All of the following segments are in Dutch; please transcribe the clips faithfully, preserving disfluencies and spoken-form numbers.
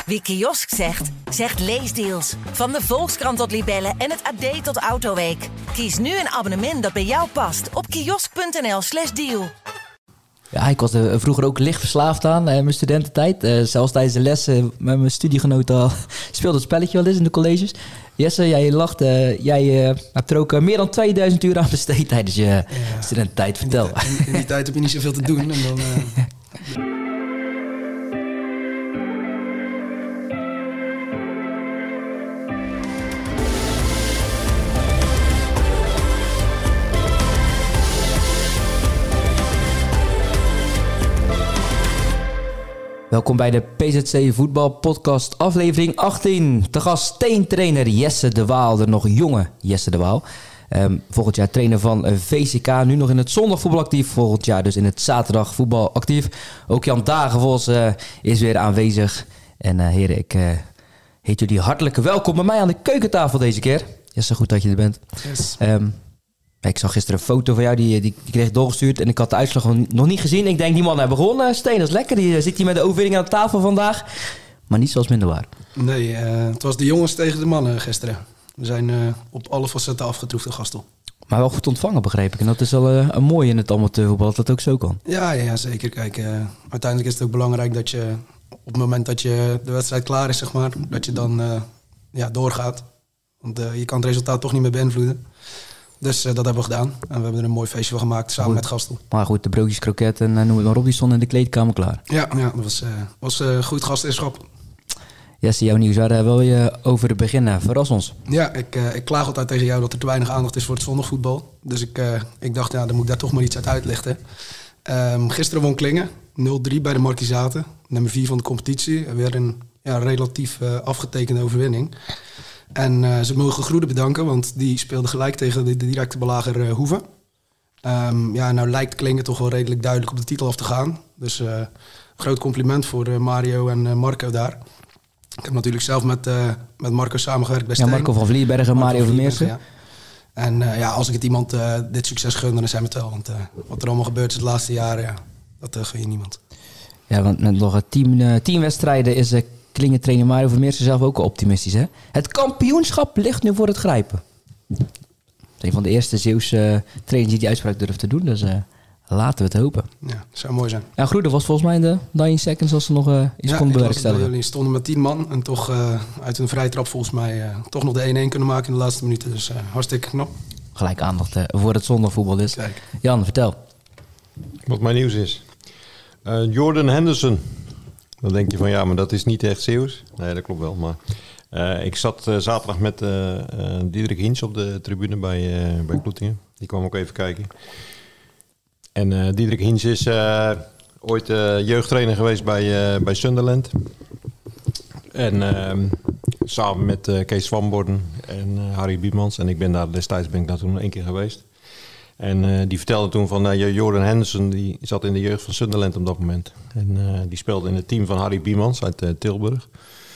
Wie kiosk zegt, zegt leesdeals. Van de Volkskrant tot Libellen en het A D tot Autoweek. Kies nu een abonnement dat bij jou past op kiosk.nl slash deal. Ja, ik was er vroeger ook licht verslaafd aan, in mijn studententijd. Uh, zelfs tijdens de lessen met mijn studiegenoten al speelde het spelletje wel eens in de colleges. Jesse, jij lacht. Uh, jij uh, hebt er ook uh, meer dan tweeduizend uur aan besteed tijdens je ja. studententijd. Vertel. In die, in, in die tijd heb je niet zoveel te doen. En dan, uh... Welkom bij de P Z C Voetbal Podcast aflevering achttien. Te gast teentrainer Jesse de Waal, de nog jonge Jesse de Waal. Um, volgend jaar trainer van V C K, nu nog in het zondagvoetbal actief. Volgend jaar dus in het zaterdagvoetbal actief. Ook Jan Dagenvos uh, is weer aanwezig. En uh, heren, ik uh, heet jullie hartelijk welkom bij mij aan de keukentafel deze keer. Jesse, goed dat je er bent. Yes. Um, Ik zag gisteren een foto van jou, die, die, die kreeg ik doorgestuurd. En ik had de uitslag nog niet gezien. Ik denk, die mannen hebben gewonnen. Steen, dat is lekker. Die zit hier met de overwinning aan de tafel vandaag. Maar niet zoals minder waar. Nee, uh, het was de jongens tegen de mannen gisteren. We zijn uh, op alle facetten afgetroefd in Gastel. Maar wel goed ontvangen, begreep ik. En dat is wel uh, een mooie in het amateurvoetbal, dat dat ook zo kan. Ja, ja zeker. Kijk, uh, uiteindelijk is het ook belangrijk dat je op het moment dat je de wedstrijd klaar is, zeg maar, dat je dan uh, ja, doorgaat. Want uh, je kan het resultaat toch niet meer beïnvloeden. Dus uh, dat hebben we gedaan. En we hebben er een mooi feestje van gemaakt samen goed. met Gastel. Maar goed, de broodjes, kroket en uh, noem het maar op, die stonden in de kleedkamer klaar. Ja, ja dat was, uh, was uh, goed gastheerschap. Jesse, jouw nieuws, waar wil je over beginnen? Verras ons. Ja, ik, uh, ik klaag altijd tegen jou dat er te weinig aandacht is voor het zondagvoetbal. Dus ik, uh, ik dacht, ja, dan moet ik daar toch maar iets uit uitlichten. Um, gisteren won Klingen, nul drie bij de Markizaten. Nummer vier van de competitie. Weer een ja, relatief uh, afgetekende overwinning. En uh, ze mogen Groede bedanken, want die speelde gelijk tegen de directe belager uh, Hoeve. Um, ja, nou lijkt Klingen toch wel redelijk duidelijk op de titel af te gaan. Dus uh, groot compliment voor uh, Mario en uh, Marco daar. Ik heb natuurlijk zelf met, uh, met Marco samengewerkt bij Steen. Ja, Marco van Vlierberg en Mario van Meersen. Ja. En uh, ja, als ik het iemand uh, dit succes gun, dan zijn we het wel. Want uh, wat er allemaal gebeurd is de laatste jaren, ja, dat uh, gun je niemand. Ja, want met nog tien, uh, tien wedstrijden is... Uh, Klingen trainer Mario van Meersen zelf ook optimistisch, hè? Het kampioenschap ligt nu voor het grijpen. Dat is een van de eerste Zeeuwse uh, trainers die die uitspraak durft te doen. Dus uh, laten we het hopen. Ja, dat zou mooi zijn. Ja, Groede was volgens mij in de dying seconds als ze nog uh, iets ja, konden bewerkstelligen. Jullie stonden met tien man en toch uh, uit een vrije trap volgens mij uh, toch nog de één-één kunnen maken in de laatste minuten. Dus uh, hartstikke knap. Gelijk aandacht uh, voor het zondagvoetbal is. Kijk. Jan, vertel. Wat mijn nieuws is. Uh, Jordan Henderson. Dan denk je van ja, maar dat is niet echt Zeeuws. Nee, dat klopt wel. Maar uh, ik zat uh, zaterdag met uh, uh, Diederik Hinch op de tribune bij, uh, bij Kloetingen. Die kwam ook even kijken. En uh, Diederik Hinch is uh, ooit uh, jeugdtrainer geweest bij, uh, bij Sunderland. En uh, samen met uh, Kees Swanborden en uh, Harry Biemans. En ik ben daar destijds ben ik daar toen één keer geweest. En uh, die vertelde toen van uh, Jordan Henderson, die zat in de jeugd van Sunderland op dat moment. En uh, die speelde in het team van Harry Biemans uit uh, Tilburg.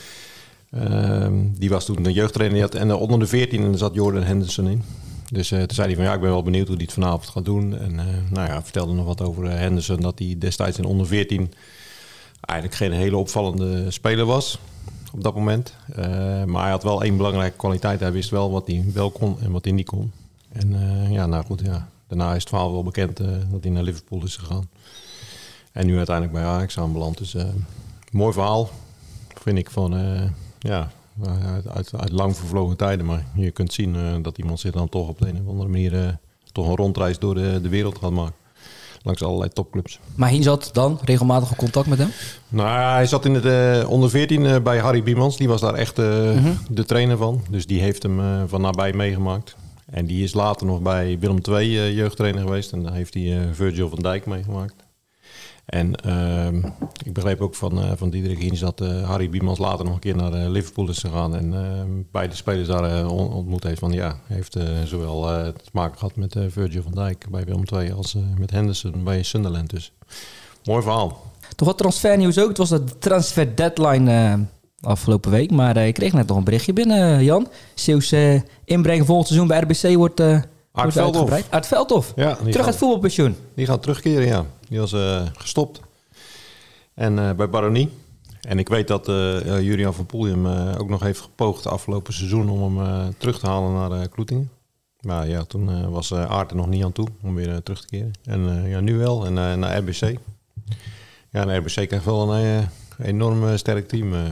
Uh, die was toen de jeugdtrainer. Die had, en uh, onder de veertien en daar zat Jordan Henderson in. Dus uh, toen zei hij van ja, ik ben wel benieuwd hoe hij het vanavond gaat doen. En uh, nou ja, vertelde nog wat over uh, Henderson. Dat hij destijds in onder veertien eigenlijk geen hele opvallende speler was op dat moment. Uh, maar hij had wel één belangrijke kwaliteit. Hij wist wel wat hij wel kon en wat hij niet kon. En uh, ja, nou goed, ja. Daarna is het verhaal wel bekend uh, dat hij naar Liverpool is gegaan. En nu uiteindelijk bij Ajax aanbeland. Dus uh, mooi verhaal, vind ik, van uh, ja, uit, uit, uit lang vervlogen tijden. Maar je kunt zien uh, dat iemand zich dan toch op de een of andere manier uh, toch een rondreis door de, de wereld gaat maken. Langs allerlei topclubs. Maar hij zat dan regelmatig in contact met hem? Nou, hij zat in het uh, onder veertien uh, bij Harry Biemans. Die was daar echt uh, mm-hmm. de trainer van. Dus die heeft hem uh, van nabij meegemaakt. En die is later nog bij Willem twee uh, jeugdtrainer geweest. En daar heeft hij uh, Virgil van Dijk meegemaakt. En uh, ik begreep ook van, uh, van Diederik Hinch dat uh, Harry Biemans later nog een keer naar uh, Liverpool is gegaan. En uh, beide spelers daar uh, ontmoet heeft. Van ja, heeft uh, zowel uh, te maken gehad met uh, Virgil van Dijk bij Willem twee als uh, met Henderson bij Sunderland. Dus mooi verhaal. Toch wat transfernieuws ook. Het was de transfer deadline uh, afgelopen week. Maar uh, ik kreeg net nog een berichtje binnen, Jan. Zeeuws uh, inbreng volgend seizoen bij R B C wordt, uh, wordt uitgebreid. Uit Veldhof. Ja, terug gaat, uit voetbalpensioen. Die gaat terugkeren, ja. Die was uh, gestopt. En uh, bij Baronie. En ik weet dat uh, Jurian van Poelje hem uh, ook nog heeft gepoogd afgelopen seizoen om hem uh, terug te halen naar uh, Kloetingen. Maar ja, toen uh, was uh, Aert er nog niet aan toe om weer uh, terug te keren. En uh, ja, nu wel. En uh, naar R B C. Ja, en R B C krijgt wel een uh, enorm uh, sterk team uh,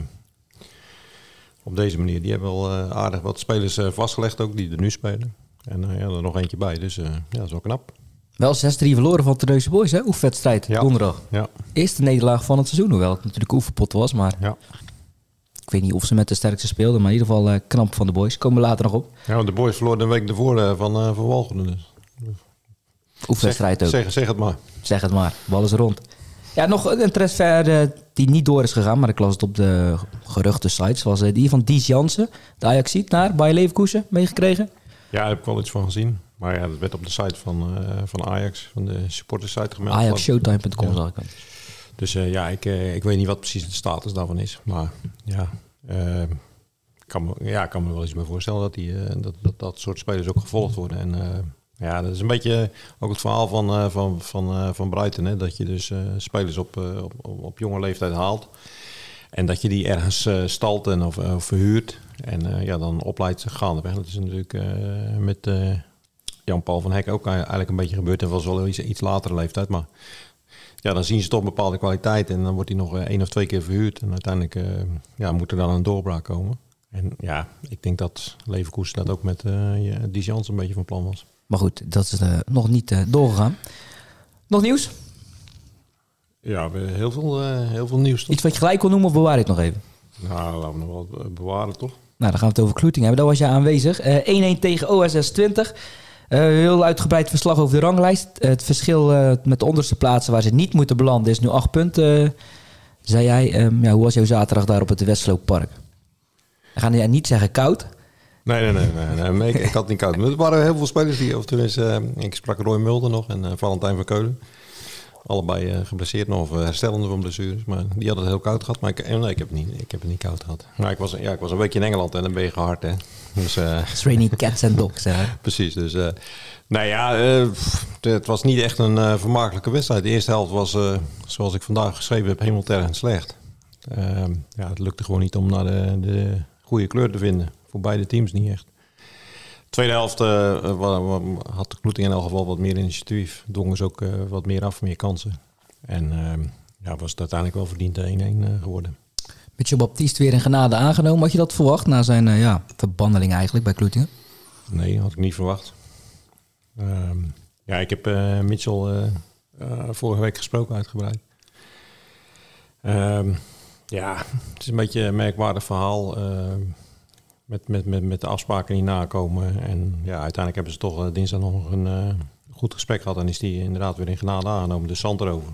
op deze manier. Die hebben wel uh, aardig wat spelers uh, vastgelegd ook, die er nu spelen. En uh, ja, er nog eentje bij, dus uh, ja, dat is wel knap. Wel zes drie verloren van Terneuzen Boys, hè? Oefenwedstrijd, ja. donderdag. Ja. Eerste nederlaag van het seizoen, hoewel het natuurlijk oefenpot was. Maar ja. Ik weet niet of ze met de sterkste speelden, maar in ieder geval uh, knap van de boys. Komen we later nog op. Ja, want de boys verloren een week ervoor uh, van, uh, van Walcheren. Dus. Oefenwedstrijd ook. Zeg, zeg het maar. Zeg het maar, bal is rond. Ja, nog een transfer uh, die niet door is gegaan, maar ik las het op de geruchte sites. Was uh, die van Dies Jansen, de Ajaxiet, naar Bayer Leverkusen meegekregen. Ja, daar heb ik wel iets van gezien. Maar ja, dat werd op de site van, uh, van Ajax, van de supportersite gemeld. Ajax Showtime punt com ja. zag ik hem. Dus uh, ja, ik, uh, ik weet niet wat precies de status daarvan is. Maar ja, uh, ik kan me, ja, kan me wel eens bij voorstellen dat, die, uh, dat, dat dat soort spelers ook gevolgd worden. En uh, ja, dat is een beetje ook het verhaal van, uh, van, van, uh, van Brighton. Hè? Dat je dus uh, spelers op, uh, op, op jonge leeftijd haalt. En dat je die ergens uh, stalt en of, of verhuurt. En uh, ja, dan opleidt gaandeweg. Dat is natuurlijk uh, met uh, Jan-Paul van Hek ook eigenlijk een beetje gebeurd. En was wel iets, iets latere leeftijd. Maar ja, dan zien ze toch een bepaalde kwaliteit. En dan wordt hij nog uh, één of twee keer verhuurd. En uiteindelijk uh, ja, moet er dan een doorbraak komen. En ja, ik denk dat Leverkusen dat ook met uh, ja, Dies Jansen een beetje van plan was. Maar goed, dat is uh, nog niet uh, doorgegaan. Nog nieuws? Ja, we hebben heel veel, uh, heel veel nieuws. Toch? Iets wat je gelijk kon noemen of bewaar je het nog even? Nou, laten we nog wel bewaren, toch? Nou, dan gaan we het over Kloetingen hebben. Daar was je aanwezig. Uh, één-één tegen O S S twintig. Uh, heel uitgebreid verslag over de ranglijst. Uh, het verschil uh, met de onderste plaatsen waar ze niet moeten belanden is nu acht punten. Uh, zei jij, um, ja, hoe was jouw zaterdag daar op het Westlooppark? We gaan ja niet zeggen koud. Nee, nee, nee. nee, nee, nee ik, ik had het niet koud. Maar er waren heel veel spelers die... Of tenminste, uh, ik sprak Roy Mulder nog en uh, Valentijn van Keulen. Allebei uh, geblesseerd nog, of uh, herstellende van blessures. Maar die hadden het heel koud gehad. Maar ik, nee, ik, heb het niet, ik heb het niet koud gehad. Maar ik was, ja, ik was een weekje in Engeland en dan ben je gehard, hè. Dus, uh, it's raining cats and dogs, hè. Precies, dus... Uh, nou ja, uh, het was niet echt een uh, vermakelijke wedstrijd. De eerste helft was, uh, zoals ik vandaag geschreven heb, hemeltergend slecht. Uh, ja, het lukte gewoon niet om naar de, de goede kleur te vinden. Voor beide teams niet echt. De tweede helft uh, had de Kloetingen in elk geval wat meer initiatief. Dwongen ze ook uh, wat meer af, meer kansen. En uh, ja, was het uiteindelijk wel verdiend één-één uh, geworden. Mitchell Baptiste weer in genade aangenomen. Had je dat verwacht na zijn uh, ja, verbandeling eigenlijk bij Kloetingen? Nee, had ik niet verwacht. Uh, ja, ik heb uh, Mitchell uh, uh, vorige week gesproken uitgebreid. Uh, ja, het is een beetje een merkwaardig verhaal. Uh, met, met, met, met de afspraken die nakomen. En ja, uiteindelijk hebben ze toch uh, dinsdag nog een uh, goed gesprek gehad. En is die inderdaad weer in genade aangenomen. Dus zand erover.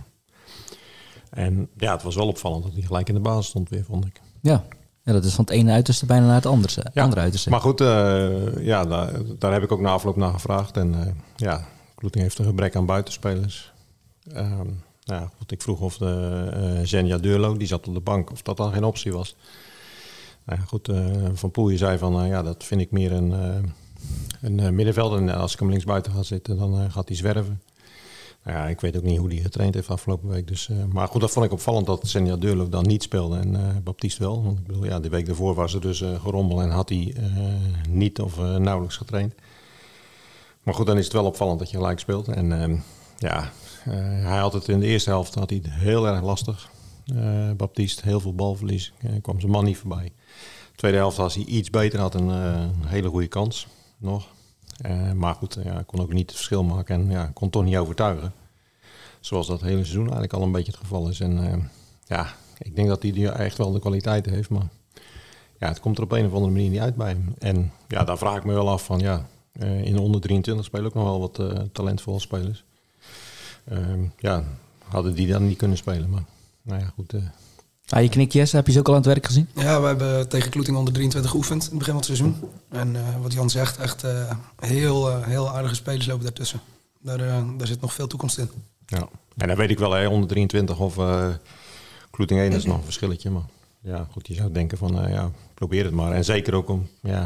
En ja, het was wel opvallend dat hij gelijk in de basis stond weer, vond ik. Ja, ja dat is van het ene uiterste bijna naar het andere, ja, andere uiterste. Maar goed, uh, ja, daar, daar heb ik ook na afloop naar gevraagd. En uh, ja, Kloeting heeft een gebrek aan buitenspelers. Uh, ja, goed, ik vroeg of de uh, Zenja Deurlo, die zat op de bank, of dat dan geen optie was. Nou ja, goed, uh, Van Poelje zei van, uh, ja, dat vind ik meer een, uh, een uh, middenvelder. En als ik hem linksbuiten ga zitten, dan uh, gaat hij zwerven. Nou ja, ik weet ook niet hoe hij getraind heeft afgelopen week. Dus, uh, maar goed, dat vond ik opvallend dat Senja Deurlo dan niet speelde en uh, Baptiste wel. Want ik bedoel, ja, de week daarvoor was er dus uh, gerommel en had hij uh, niet of uh, nauwelijks getraind. Maar goed, dan is het wel opvallend dat je gelijk speelt. En uh, ja, uh, hij had het in de eerste helft had hij het heel erg lastig. Uh, Baptiste, heel veel balverlies. Uh, kwam zijn man niet voorbij. De tweede helft was hij iets beter, had een, uh, een hele goede kans nog. Uh, maar goed, ja, ik kon ook niet het verschil maken en ja, kon toch niet overtuigen. Zoals dat hele seizoen eigenlijk al een beetje het geval is. En uh, ja, ik denk dat hij echt wel de kwaliteiten heeft, maar ja, het komt er op een of andere manier niet uit bij hem. En ja, daar vraag ik me wel af van, ja, uh, in de onder drieëntwintig spelen ook nog wel wat uh, talentvolle spelers. Uh, ja, hadden die dan niet kunnen spelen, maar nou ja, goed. Uh, Ah, je knikt, Jesse, heb je ze ook al aan het werk gezien? Ja, we hebben tegen Kloeting onder drieëntwintig geoefend in het begin van het seizoen. En uh, wat Jan zegt, echt uh, heel, uh, heel aardige spelers lopen daartussen. Daar, uh, daar zit nog veel toekomst in. Ja, en dan weet ik wel, hè, onder drieëntwintig of uh, Kloeting één is nog een verschilletje. Maar ja, goed, je zou denken van, uh, ja, probeer het maar. En zeker ook om, ja,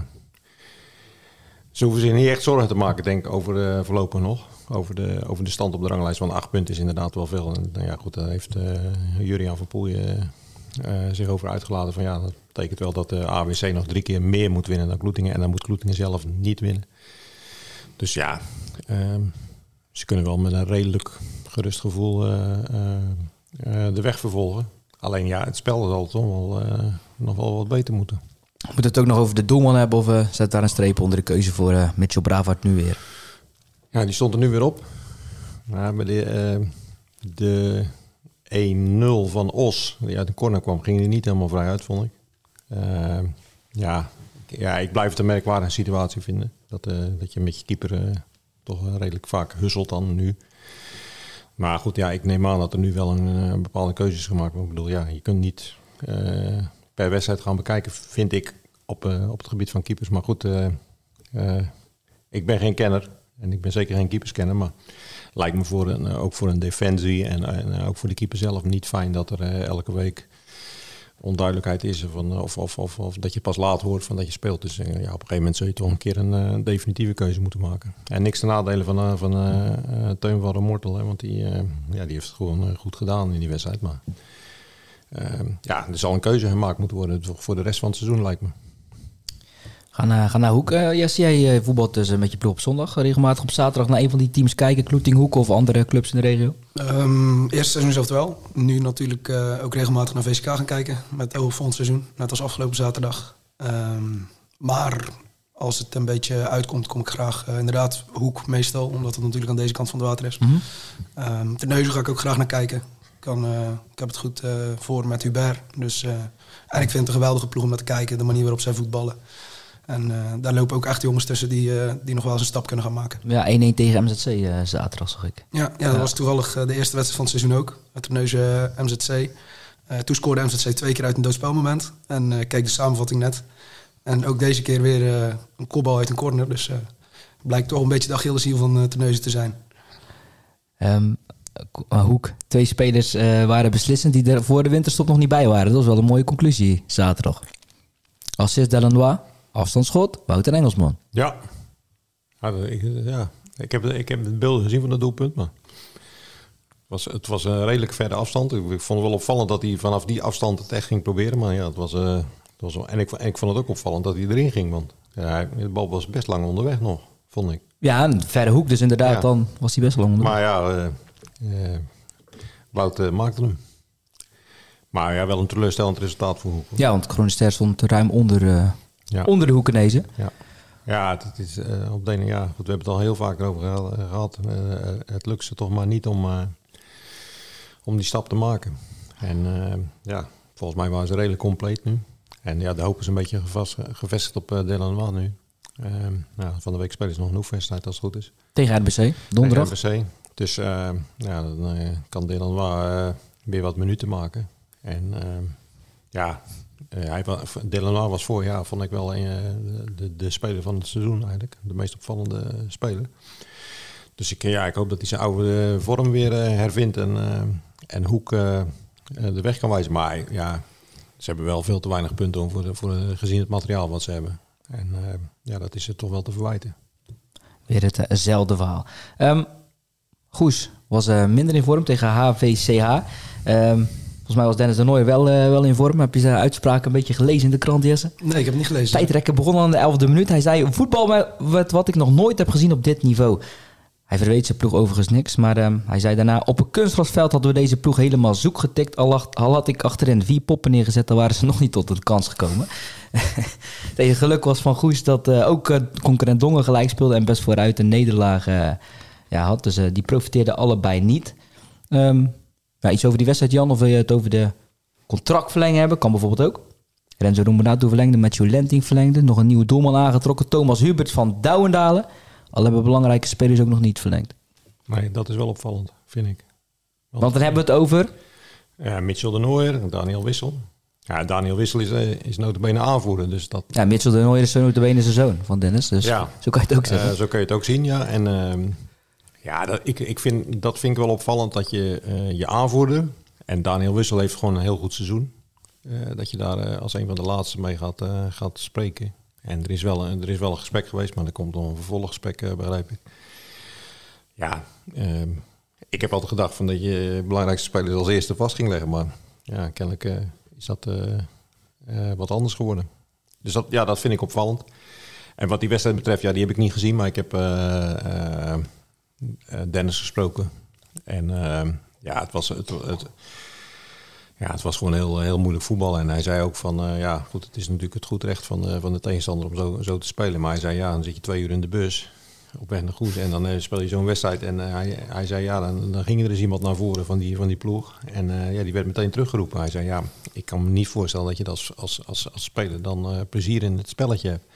ze hoeven zich niet echt zorgen te maken, denk ik, over uh, voorlopig nog. Over de, over de stand op de ranglijst. Want acht punten is inderdaad wel veel. En nou ja, goed, daar heeft uh, Jurian van Poelje uh, uh, zich over uitgelaten van ja, dat betekent wel dat de A W C nog drie keer meer moet winnen dan Kloetingen. En dan moet Kloetingen zelf niet winnen. Dus ja, uh, ze kunnen wel met een redelijk gerust gevoel uh, uh, uh, de weg vervolgen. Alleen ja, het spel zal toch wel, uh, nog wel wat beter moeten. We moeten het ook nog over de doelman hebben of uh, zet daar een streep onder de keuze voor uh, Mitchell Bravard nu weer? Ja, die stond er nu weer op. Maar bij de, uh, de één nul van Os, die uit de corner kwam, ging hij niet helemaal vrij uit, vond ik. Uh, ja, ja, ik blijf het een merkwaardige situatie vinden. Dat, uh, dat je met je keeper uh, toch uh, redelijk vaak husselt dan nu. Maar goed, ja, ik neem aan dat er nu wel een, een bepaalde keuze is gemaakt. Maar ik bedoel, ja, je kunt niet uh, per wedstrijd gaan bekijken, vind ik, op, uh, op het gebied van keepers. Maar goed, uh, uh, ik ben geen kenner. En ik ben zeker geen keeperskenner, maar lijkt me voor een, ook voor een defensie en, en ook voor de keeper zelf niet fijn dat er uh, elke week onduidelijkheid is. Van, of, of, of, of dat je pas laat hoort van dat je speelt. Dus uh, ja, op een gegeven moment zul je toch een keer een uh, definitieve keuze moeten maken. En niks ten nadele van, uh, van uh, uh, Teun van Remortel, hè, want die, uh, ja, die heeft het gewoon uh, goed gedaan in die wedstrijd. Maar uh, ja, er zal een keuze gemaakt moeten worden voor de rest van het seizoen, lijkt me. Ga naar, ga naar Hoek. Uh, Jesse, jij uh, voetbalt dus uh, met je ploeg op zondag. Regelmatig op zaterdag naar een van die teams kijken. Kloeting, Hoek of andere clubs in de regio? Um, eerste seizoen zelf wel. Nu natuurlijk uh, ook regelmatig naar V C K gaan kijken. Met het oog voor ons seizoen. Net als afgelopen zaterdag. Um, maar als het een beetje uitkomt, kom ik graag uh, inderdaad Hoek meestal. Omdat het natuurlijk aan deze kant van het water is. Mm-hmm. Um, Terneuzen ga ik ook graag naar kijken. Kan, uh, ik heb het goed uh, voor met Hubert. Dus, uh, en ik vind het een geweldige ploeg om naar te kijken. De manier waarop zij voetballen. En uh, daar lopen ook echt jongens tussen die, uh, die nog wel eens een stap kunnen gaan maken. Ja, één-één tegen M Z C uh, zaterdag, zag ik. Ja, ja, dat ja. was toevallig uh, de eerste wedstrijd van het seizoen ook. Met Terneuzen uh, M Z C. Uh, toen scoorde M Z C twee keer uit een doodspelmoment. En uh, keek de samenvatting net. En ook deze keer weer uh, een kopbal uit een corner. Dus uh, blijkt toch een beetje de Achilleshiel van uh, Terneuzen te zijn. Um, Hoek, twee spelers uh, waren beslissend die er voor de winterstop nog niet bij waren. Dat was wel een mooie conclusie zaterdag. Assist Delannoy. Afstandsschot, Wouter Engelsman. Ja. Ja, ik, ja. Ik, heb, ik heb het beeld gezien van het doelpunt, maar het was, het was een redelijk verre afstand. Ik, ik vond het wel opvallend dat hij vanaf die afstand het echt ging proberen. Maar ja, het was, uh, het was wel, en, ik, en ik vond het ook opvallend dat hij erin ging. Want ja, de bal was best lang onderweg nog, vond ik. Ja, een verre hoek, dus inderdaad, ja. Dan was hij best lang onderweg. Maar ja, uh, uh, Wouter maakte hem. Maar ja, wel een teleurstellend resultaat voor Hoek. Ja, want Groene Ster stond ruim onder... Uh, Ja. Onder de Hoekenezen. Ja, ja het is uh, op de ene, ja, goed, we hebben het al heel vaak over gehad. Uh, het lukt ze toch maar niet om, uh, om die stap te maken. En uh, ja, volgens mij waren ze redelijk compleet nu. En ja, de hoop is een beetje gevast, gevestigd op uh, Delannoy nu. Uh, ja, van de week spelen ze nog een oefenwedstrijd als het goed is. Tegen R B C, donderdag. Tegen R B C. Dus uh, ja, dan uh, kan Delannoy uh, weer wat minuten maken. En uh, ja... Uh, hij, Delannoy was vorig jaar, vond ik wel een, de, de, de speler van het seizoen eigenlijk. De meest opvallende speler. Dus ik, ja, ik hoop dat hij zijn oude vorm weer uh, hervindt en, uh, en Hoek uh, de weg kan wijzen. Maar ja, ze hebben wel veel te weinig punten om voor de, voor de, gezien het materiaal wat ze hebben. En uh, ja, dat is er toch wel te verwijten. Weer hetzelfde uh, verhaal. Um, Goes was uh, minder in vorm tegen H V C H. Um, Volgens mij was Dennis de Nooijer wel, uh, wel in vorm. Heb je zijn uitspraak een beetje gelezen in de krant, Jesse? Nee, ik heb het niet gelezen. Tijdrekken begon aan de elfde minuut. Hij zei, voetbal met wat ik nog nooit heb gezien op dit niveau. Hij verweet zijn ploeg overigens niks. Maar um, hij zei daarna, op een kunstgrasveld hadden we deze ploeg helemaal zoek getikt. Al, lag, al had ik achterin vier poppen neergezet, dan waren ze nog niet tot de kans gekomen. Tegen geluk was Van Goes dat uh, ook uh, concurrent Dongen gelijk speelde en best vooruit een nederlaag uh, ja, had. Dus uh, die profiteerden allebei niet. Um, Ja, iets over die wedstrijd, Jan, of wil je het over de contractverlenging hebben? Kan bijvoorbeeld ook. Renzo Romanato verlengde, Matthew Lenting verlengde. Nog een nieuwe doelman aangetrokken. Thomas Hubert van Douwendalen. Al hebben belangrijke spelers ook nog niet verlengd. Nee, dat is wel opvallend, vind ik. Want, Want dan hebben we het over... Ja, Mitchell de Nooijer en Daniel Wissel. Ja, Daniel Wissel is, uh, is notabene aanvoerder. Dus dat... Ja, Mitchell de Nooijer is notabene zijn zoon van Dennis. Dus ja. Zo kan je het ook zeggen. Uh, zo kun je het ook zien, ja. En... Uh, Ja, dat, ik, ik vind, dat vind ik wel opvallend dat je uh, je aanvoerder... En Daniel Wissel heeft gewoon een heel goed seizoen. Uh, dat je daar uh, als een van de laatste mee gaat, uh, gaat spreken. En er is, wel een, er is wel een gesprek geweest, maar er komt nog een vervolggesprek, uh, begrijp ik. Ja, uh, ik heb altijd gedacht van dat je belangrijkste spelers als eerste vast ging leggen. Maar ja, kennelijk uh, is dat uh, uh, wat anders geworden. Dus dat, ja, dat vind ik opvallend. En wat die wedstrijd betreft, ja, die heb ik niet gezien. Maar ik heb uh, uh, uh, Dennis gesproken. En uh, ja, het was, het, het, ja, het was gewoon heel, heel moeilijk voetbal. En hij zei ook van, uh, ja, goed, het is natuurlijk het goed recht van, uh, van de tegenstander om zo, zo te spelen. Maar hij zei, ja, dan zit je twee uur in de bus op weg naar Goes. En dan uh, speel je zo'n wedstrijd. En uh, hij, hij zei, ja, dan, dan ging er eens iemand naar voren van die, van die ploeg. En uh, ja, die werd meteen teruggeroepen. Hij zei, ja, ik kan me niet voorstellen dat je als, als, als, als speler dan uh, plezier in het spelletje hebt.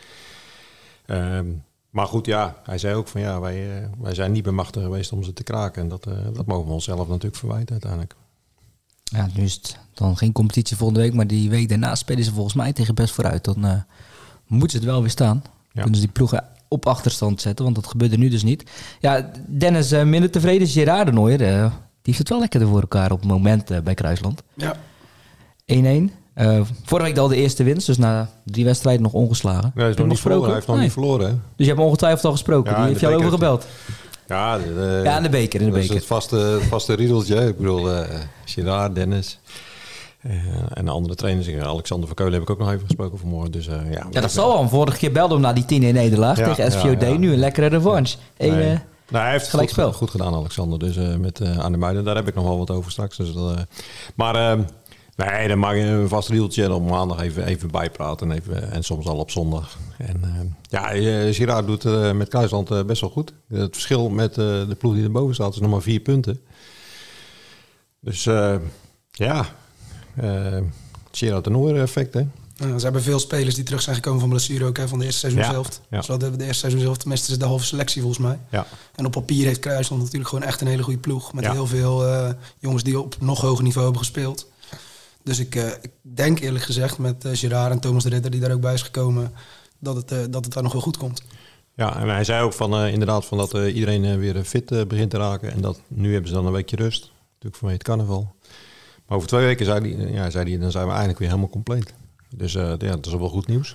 Um, maar goed, ja, hij zei ook van ja, wij, uh, wij zijn niet bemachtigd geweest om ze te kraken. En dat, uh, dat mogen we onszelf natuurlijk verwijten uiteindelijk. Ja, nu is het dan geen competitie volgende week, maar die week daarna spelen ze volgens mij tegen Best Vooruit. Dan uh, moeten ze het wel weer staan. Ja. Kunnen ze die ploegen op achterstand zetten, want dat gebeurde nu dus niet. Ja, Dennis, uh, minder tevreden is Gerard de Nooijer. Uh, die heeft het wel lekker voor elkaar op het moment uh, bij Kruisland. Ja. één-één. Uh, vorige week al de eerste winst, dus na drie wedstrijden nog ongeslagen. Nee, hij, is nog niet verloren. hij heeft nog nee. niet verloren. Hè? Dus je hebt ongetwijfeld al gesproken. Ja, die heeft jou over gebeld. Ja, de, ja, in de beker. In de dat beker. is het vaste, vaste riedeltje. Ik bedoel, uh, Gerard, Dennis uh, en de andere trainers. Alexander van Keulen heb ik ook nog even gesproken vanmorgen. Dus, uh, ja, ja, dat zal wel. Vorige keer belde hem na die tien-een nederlaag ja, tegen S V O D. Ja, ja. Nu een lekkere revanche. Eén, nee. uh, nou, hij heeft het goed, goed gedaan, Alexander. Dus uh, met uh, aan de Muiden, daar heb ik nog wel wat over straks. Dus, uh, maar... Uh, Nee, dan mag je een vast rieltje en op maandag even, even bijpraten. En, even, en soms al op zondag. En uh, ja, Gerard doet uh, met Kruisland uh, best wel goed. Het verschil met uh, de ploeg die erboven staat is nog maar vier punten. Dus uh, ja, uh, Gerard de Nooijer effect, hè. Ja, ze hebben veel spelers die terug zijn gekomen van blessure ook, hè, van de eerste seizoen ja, zelf. Ja. Zo hadden we de eerste seizoen zelf, tenminste is de halve selectie volgens mij. Ja. En op papier heeft Kruisland natuurlijk gewoon echt een hele goede ploeg. Met ja. heel veel uh, jongens die op nog hoger niveau hebben gespeeld. Dus ik, uh, ik denk eerlijk gezegd met uh, Gerard en Thomas de Ridder die daar ook bij is gekomen, dat het, uh, dat het daar nog wel goed komt. Ja, en hij zei ook van uh, inderdaad van dat uh, iedereen uh, weer fit uh, begint te raken. En dat nu hebben ze dan een weekje rust. Natuurlijk vanwege het carnaval. Maar over twee weken zei hij, ja, zei hij, dan zijn we eigenlijk weer helemaal compleet. Dus uh, ja, dat is wel goed nieuws.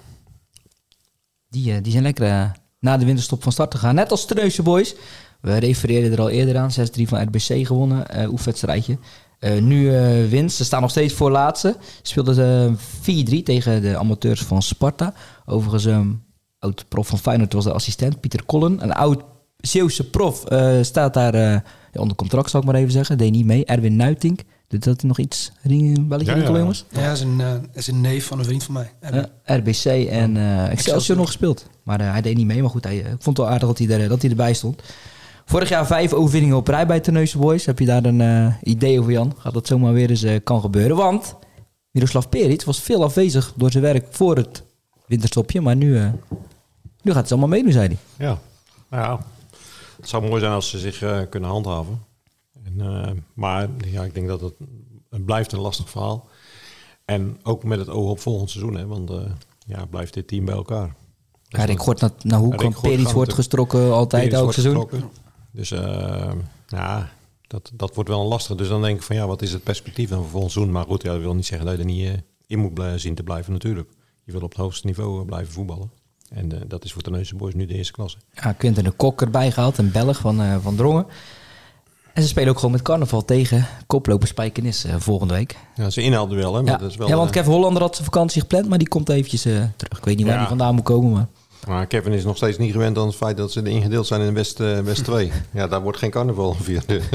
Die, uh, die zijn lekker uh, na de winterstop van start te gaan. Net als Terneuzen Boys. We refereerden er al eerder aan. zes drie van R B C gewonnen. Uh, oefenwedstrijdje. Uh, nu uh, winst. Ze staan nog steeds voor laatste. Speelden ze uh, vier drie tegen de amateurs van Sparta. Overigens, um, oud-prof van Feyenoord was de assistent. Pieter Kollen. Een oud Zeeuwse prof uh, staat daar uh, ja, onder contract, zal ik maar even zeggen. Deed niet mee. Erwin Nuitink. Doet dat nog iets? Belletje ja, rinkelen, ja. jongens? Ja, is een, uh, is een neef van een vriend van mij. Uh, R B C en uh, Excelsior nog gespeeld. Maar uh, hij deed niet mee. Maar goed, hij, uh, ik vond het wel aardig dat hij, er, dat hij erbij stond. Vorig jaar vijf overwinningen op rij bij Terneuzen Boys. Heb je daar een uh, idee over, Jan? Gaat dat zomaar weer eens uh, kan gebeuren? Want Miroslav Peric was veel afwezig door zijn werk voor het winterstopje. Maar nu, uh, nu gaat het allemaal meedoen, zei hij. Ja, nou ja, het zou mooi zijn als ze zich uh, kunnen handhaven. En, uh, maar ja, ik denk dat het, het blijft een lastig verhaal. En ook met het oog op volgend seizoen. Hè, want uh, ja, blijft dit team bij elkaar. Ja, ik hoort naar, naar hoe kan Peric wordt gestrokken altijd elk seizoen. Gestrokken. Dus uh, ja, dat, dat wordt wel een lastig. Dus dan denk ik van ja, wat is het perspectief dan voor volgend seizoen? Maar goed, ja, dat wil niet zeggen dat je er niet uh, in moet blijven, zien te blijven natuurlijk. Je wil op het hoogste niveau uh, blijven voetballen. En uh, dat is voor Terneuzen Boys nu de eerste klasse. Ja, Quinten de Kok erbij gehaald, een Belg van, uh, van Drongen. En ze spelen ook gewoon met carnaval tegen koploper Spijkenis uh, volgende week. Ja, ze inhaalden wel, hè? Maar ja. dat is wel, ja, want Kevin Hollander had zijn vakantie gepland, maar die komt eventjes uh, terug. Ik weet niet waar ja. die vandaan moet komen, maar... Maar Kevin is nog steeds niet gewend aan het feit dat ze ingedeeld zijn in West, uh, West twee. Ja, daar wordt geen carnaval gevierd. dus,